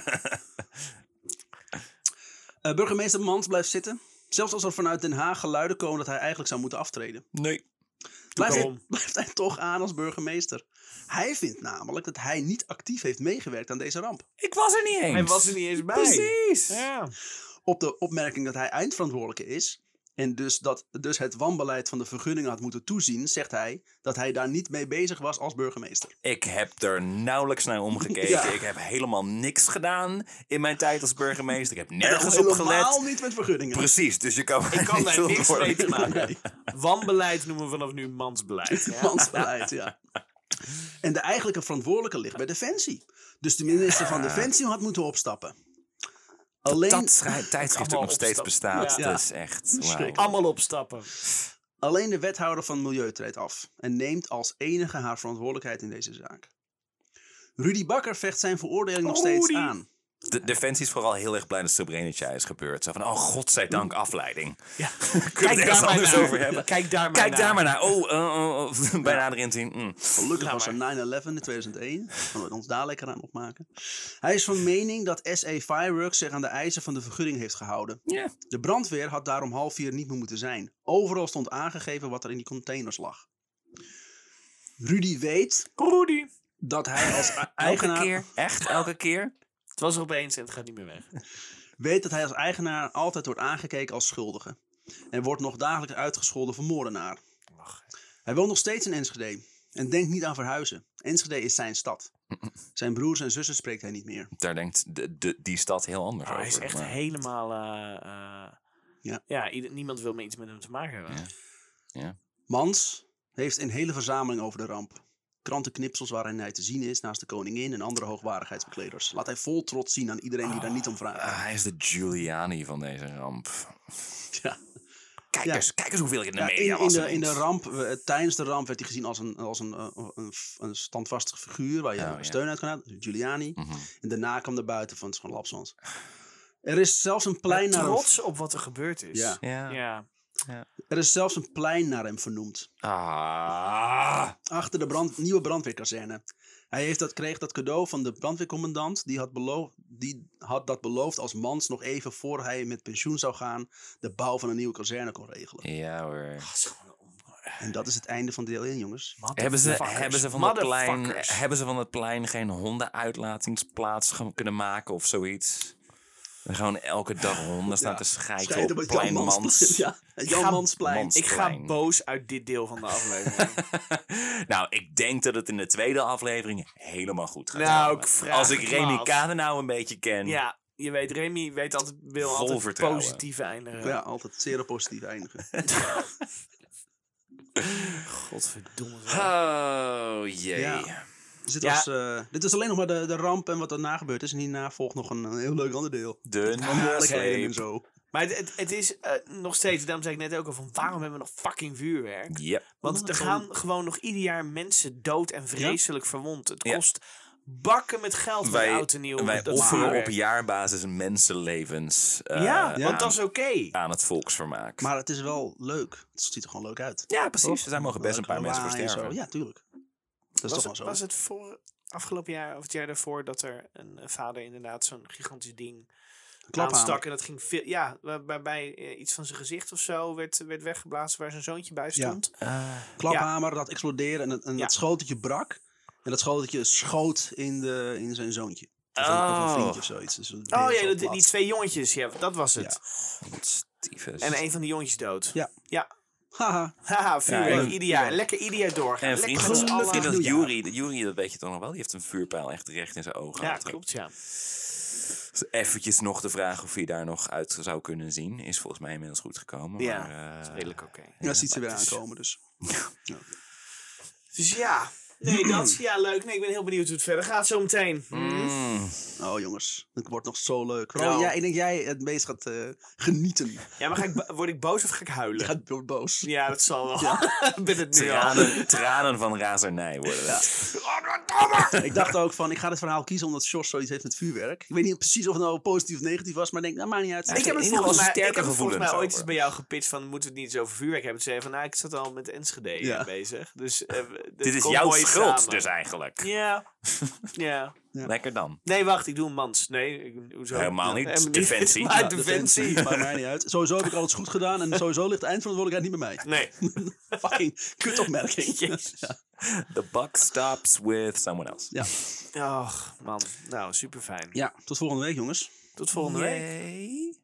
S1: Burgemeester Mans blijft zitten. Zelfs als er vanuit Den Haag geluiden komen dat hij eigenlijk zou moeten aftreden.
S3: Nee.
S1: Blijft hij toch aan als burgemeester. Hij vindt namelijk dat hij niet actief heeft meegewerkt aan deze ramp.
S3: Ik was er niet eens.
S2: Hij was er niet eens bij.
S3: Precies.
S2: Ja.
S1: Op de opmerking dat hij eindverantwoordelijke is, En dus het wanbeleid van de vergunningen had moeten toezien, zegt hij dat hij daar niet mee bezig was als burgemeester.
S3: Ik heb er nauwelijks naar omgekeken.
S1: Ja.
S3: Ik heb helemaal niks gedaan in mijn tijd als burgemeester. Ik heb nergens
S1: En
S3: op
S1: helemaal
S3: gelet.
S1: niet met vergunningen.
S3: Precies, dus je kan
S2: Ik kan daar niks mee te maken.
S1: Nee.
S2: Wanbeleid noemen we vanaf nu mansbeleid. Ja?
S1: Mansbeleid, ja. En de eigenlijke verantwoordelijke ligt bij Defensie. Dus de minister van Defensie had moeten opstappen. Alleen,
S3: Dat tijdschrift ook
S2: Allemaal
S3: nog steeds
S2: opstappen.
S3: bestaat.
S1: Ja.
S3: Dat is echt... wauw.
S1: Schrik.
S2: Allemaal opstappen.
S1: alleen de wethouder van Milieu treedt af. En neemt als enige haar verantwoordelijkheid in deze zaak. Rudy Bakker vecht zijn veroordeling nog steeds
S2: Rudy.
S1: aan.
S3: De Defensie is vooral heel erg blij dat Srebrenica is gebeurd. Zo van, oh godzijdank afleiding.
S2: Ja.
S3: Kunnen we het ergens anders over hebben?
S2: Kijk daar maar
S3: Kijk
S2: naar.
S3: daar maar naar. Bij nader inzien.
S1: Gelukkig was er 9/11 in 2001. Gaan we ons daar lekker aan opmaken. Hij is van mening dat SE Fireworks zich aan de eisen van de vergunning heeft gehouden.
S3: Ja.
S1: De brandweer had daar om 3:30 niet meer moeten zijn. Overal stond aangegeven wat er in die containers lag. Rudy weet
S2: Rudy.
S1: dat hij als
S3: Elke
S1: eigenaar...
S3: keer. Echt, elke keer.
S2: Het was er opeens en het gaat niet meer weg.
S1: weet dat hij als eigenaar altijd wordt aangekeken als schuldige. En wordt nog dagelijks uitgescholden voor moordenaar. Hij woont nog steeds in Enschede. En denkt niet aan verhuizen. Enschede is zijn stad. Zijn broers en zussen spreekt hij niet meer.
S3: Daar denkt die stad heel anders over.
S2: Hij is echt
S3: maar-
S2: helemaal...
S1: Ja.
S2: niemand wil meer iets met hem te maken hebben.
S3: Ja. Ja.
S1: Mans heeft een hele verzameling over de ramp. Krantenknipsels waarin hij te zien is naast de koningin en andere hoogwaardigheidsbekleders. Laat hij vol trots zien aan iedereen die daar niet om vraagt.
S3: Hij is de Giuliani van deze ramp.
S1: Ja.
S3: Kijk,
S1: Ja.
S3: eens, kijk eens hoeveel ik in de
S1: Ja,
S3: media
S1: in
S3: was.
S1: de ramp, tijdens de ramp werd hij gezien als een standvastig figuur waar je
S3: Oh, ja.
S1: steun uit kan halen. Giuliani.
S3: Mhm.
S1: En daarna kwam er buiten van het is gewoon lapswans. Er is zelfs een plein naar hem.
S2: Trots op wat er gebeurd is.
S1: Ja.
S2: Ja.
S1: Er is zelfs een plein naar hem vernoemd. Achter de nieuwe brandweerkazerne. Hij kreeg dat cadeau van de brandweercommandant. Die had dat beloofd als Mans nog even voor hij met pensioen zou gaan de bouw van een nieuwe kazerne kon regelen.
S3: Ja hoor.
S1: En dat is het einde van deel 1, jongens.
S3: Hebben ze van het plein geen hondenuitlaatingsplaats kunnen maken of zoiets? En gewoon elke dag honden staan te schijten
S1: Schijt
S3: op
S1: het
S3: plein Mans.
S1: Ja, het Jan Mansplein.
S3: Mans.
S2: Ik ga
S3: Plein.
S2: boos uit dit deel van de aflevering.
S3: Nou, ik denk dat het in de tweede aflevering helemaal goed gaat
S2: Nou,
S3: komen.
S2: ik vraag
S3: Als ik
S2: het me
S3: Remy
S2: af.
S3: Kade nou een beetje ken.
S2: Ja, je weet, Remy weet altijd, wil
S3: Vol
S2: altijd
S3: vertrouwen.
S2: positief eindigen.
S1: Ja, altijd zeer positief eindigen.
S2: Godverdomme.
S3: Oh jee.
S1: Ja. Dus dit is alleen nog maar de ramp en wat erna gebeurd is. En hierna volgt nog een heel leuk ander deel.
S3: De
S1: Verantwoordelijkheden en
S3: nasleep.
S1: zo.
S2: Maar het is nog steeds, daarom zei ik net ook al van waarom hebben we nog fucking vuurwerk?
S3: Yep.
S2: Want er gaan gewoon nog ieder jaar mensen dood en vreselijk verwond. Het
S3: Ja.
S2: kost bakken met geld bij oud en nieuw.
S3: Wij
S2: dat
S3: offeren
S2: vuurwerk.
S3: op jaarbasis mensenlevens
S2: Ja,
S1: Ja.
S2: want dat is oké.
S3: aan het volksvermaak.
S1: Maar het is wel leuk. Het ziet er gewoon leuk uit.
S3: ja, precies. Daar mogen best een paar mensen voor
S1: Lawaai en zo.
S3: sterven.
S1: Ja, tuurlijk. Dat is toch wel zo.
S2: Was het afgelopen jaar of het jaar daarvoor dat er een vader inderdaad zo'n gigantisch ding
S1: Klaphamer.
S2: aanstak en dat ging veel, ja, waarbij iets van zijn gezicht of zo werd weggeblazen waar zijn zoontje bij stond.
S1: Klaphamer, dat explodeerde en
S2: Ja.
S1: dat schoteltje brak. En dat schoteltje schoot in zijn zoontje. Of een vriendje of zoiets. Dus het
S2: Oh
S1: bleef
S2: ja,
S1: zo
S2: die
S1: plat.
S2: 2 jongetjes, ja, dat was het.
S3: Tyfus.
S2: En een van die jongetjes dood.
S1: Ja.
S2: Ja.
S1: Haha.
S2: Haha, vuurwerk
S3: en-
S2: ieder jaar. Lekker ieder jaar doorgaan.
S3: En een
S2: Lekker
S3: vriend
S2: met
S3: van
S2: z'n allen.
S3: dat
S1: nieuwjaar.
S3: Jury, dat weet je toch nog wel? Die heeft een vuurpijl echt recht in zijn ogen.
S2: Ja,
S3: gehad.
S2: klopt, ja.
S3: Dus eventjes nog de vraag of je daar nog uit zou kunnen zien. Is volgens mij inmiddels goed gekomen.
S2: Ja,
S3: maar,
S2: dat is redelijk oké.
S1: Ja, dat ziet ze weer
S2: maar het is-
S1: aankomen. Dus.
S2: Dus ja, nee, dat is ja leuk. Nee, ik ben heel benieuwd hoe het verder gaat zo meteen.
S1: Oh jongens, het wordt nog zo leuk. Vooral
S2: Nou.
S1: ik denk jij het meest gaat genieten.
S2: Ja, maar word ik boos of ga ik huilen?
S1: Je gaat boos.
S2: Ja, dat zal wel. Ik ben het nu al.
S3: Tranen van razernij worden dat.
S1: Ik dacht ook van, ik ga dit verhaal kiezen omdat Jos zoiets heeft met vuurwerk. Ik weet niet precies of het nou positief of negatief was, maar ik denk, nou, maakt niet uit.
S2: Ik heb het
S3: in ieder geval
S2: volgens mij,
S3: sterke
S2: ik heb het volgens mij
S3: gevoelens
S2: ooit
S3: over.
S2: eens bij jou gepitcht van moeten we het niet eens over vuurwerk hebben. Toen zei je van nou ik zat al met Enschede
S1: Ja.
S2: bezig. Dus
S3: Dit is
S2: komt
S3: jouw
S2: mooi
S3: schuld
S2: samen.
S3: dus eigenlijk.
S2: Ja. Ja.
S3: Lekker dan.
S2: Nee, wacht, ik doe een mans. Nee, hoezo?
S3: Helemaal niet.
S2: Helemaal
S3: Defensie.
S2: Maar
S3: Ja,
S2: defensie.
S1: Maakt mij niet uit. Sowieso heb ik alles goed gedaan en sowieso ligt de eindverantwoordelijkheid niet bij mij.
S2: Nee.
S1: Fucking kutopmerking.
S2: Jezus.
S3: The buck stops with someone else.
S1: Ja.
S2: Och, man. Nou, super fijn.
S1: Ja, tot volgende week jongens.
S2: Tot volgende week.
S3: Yay.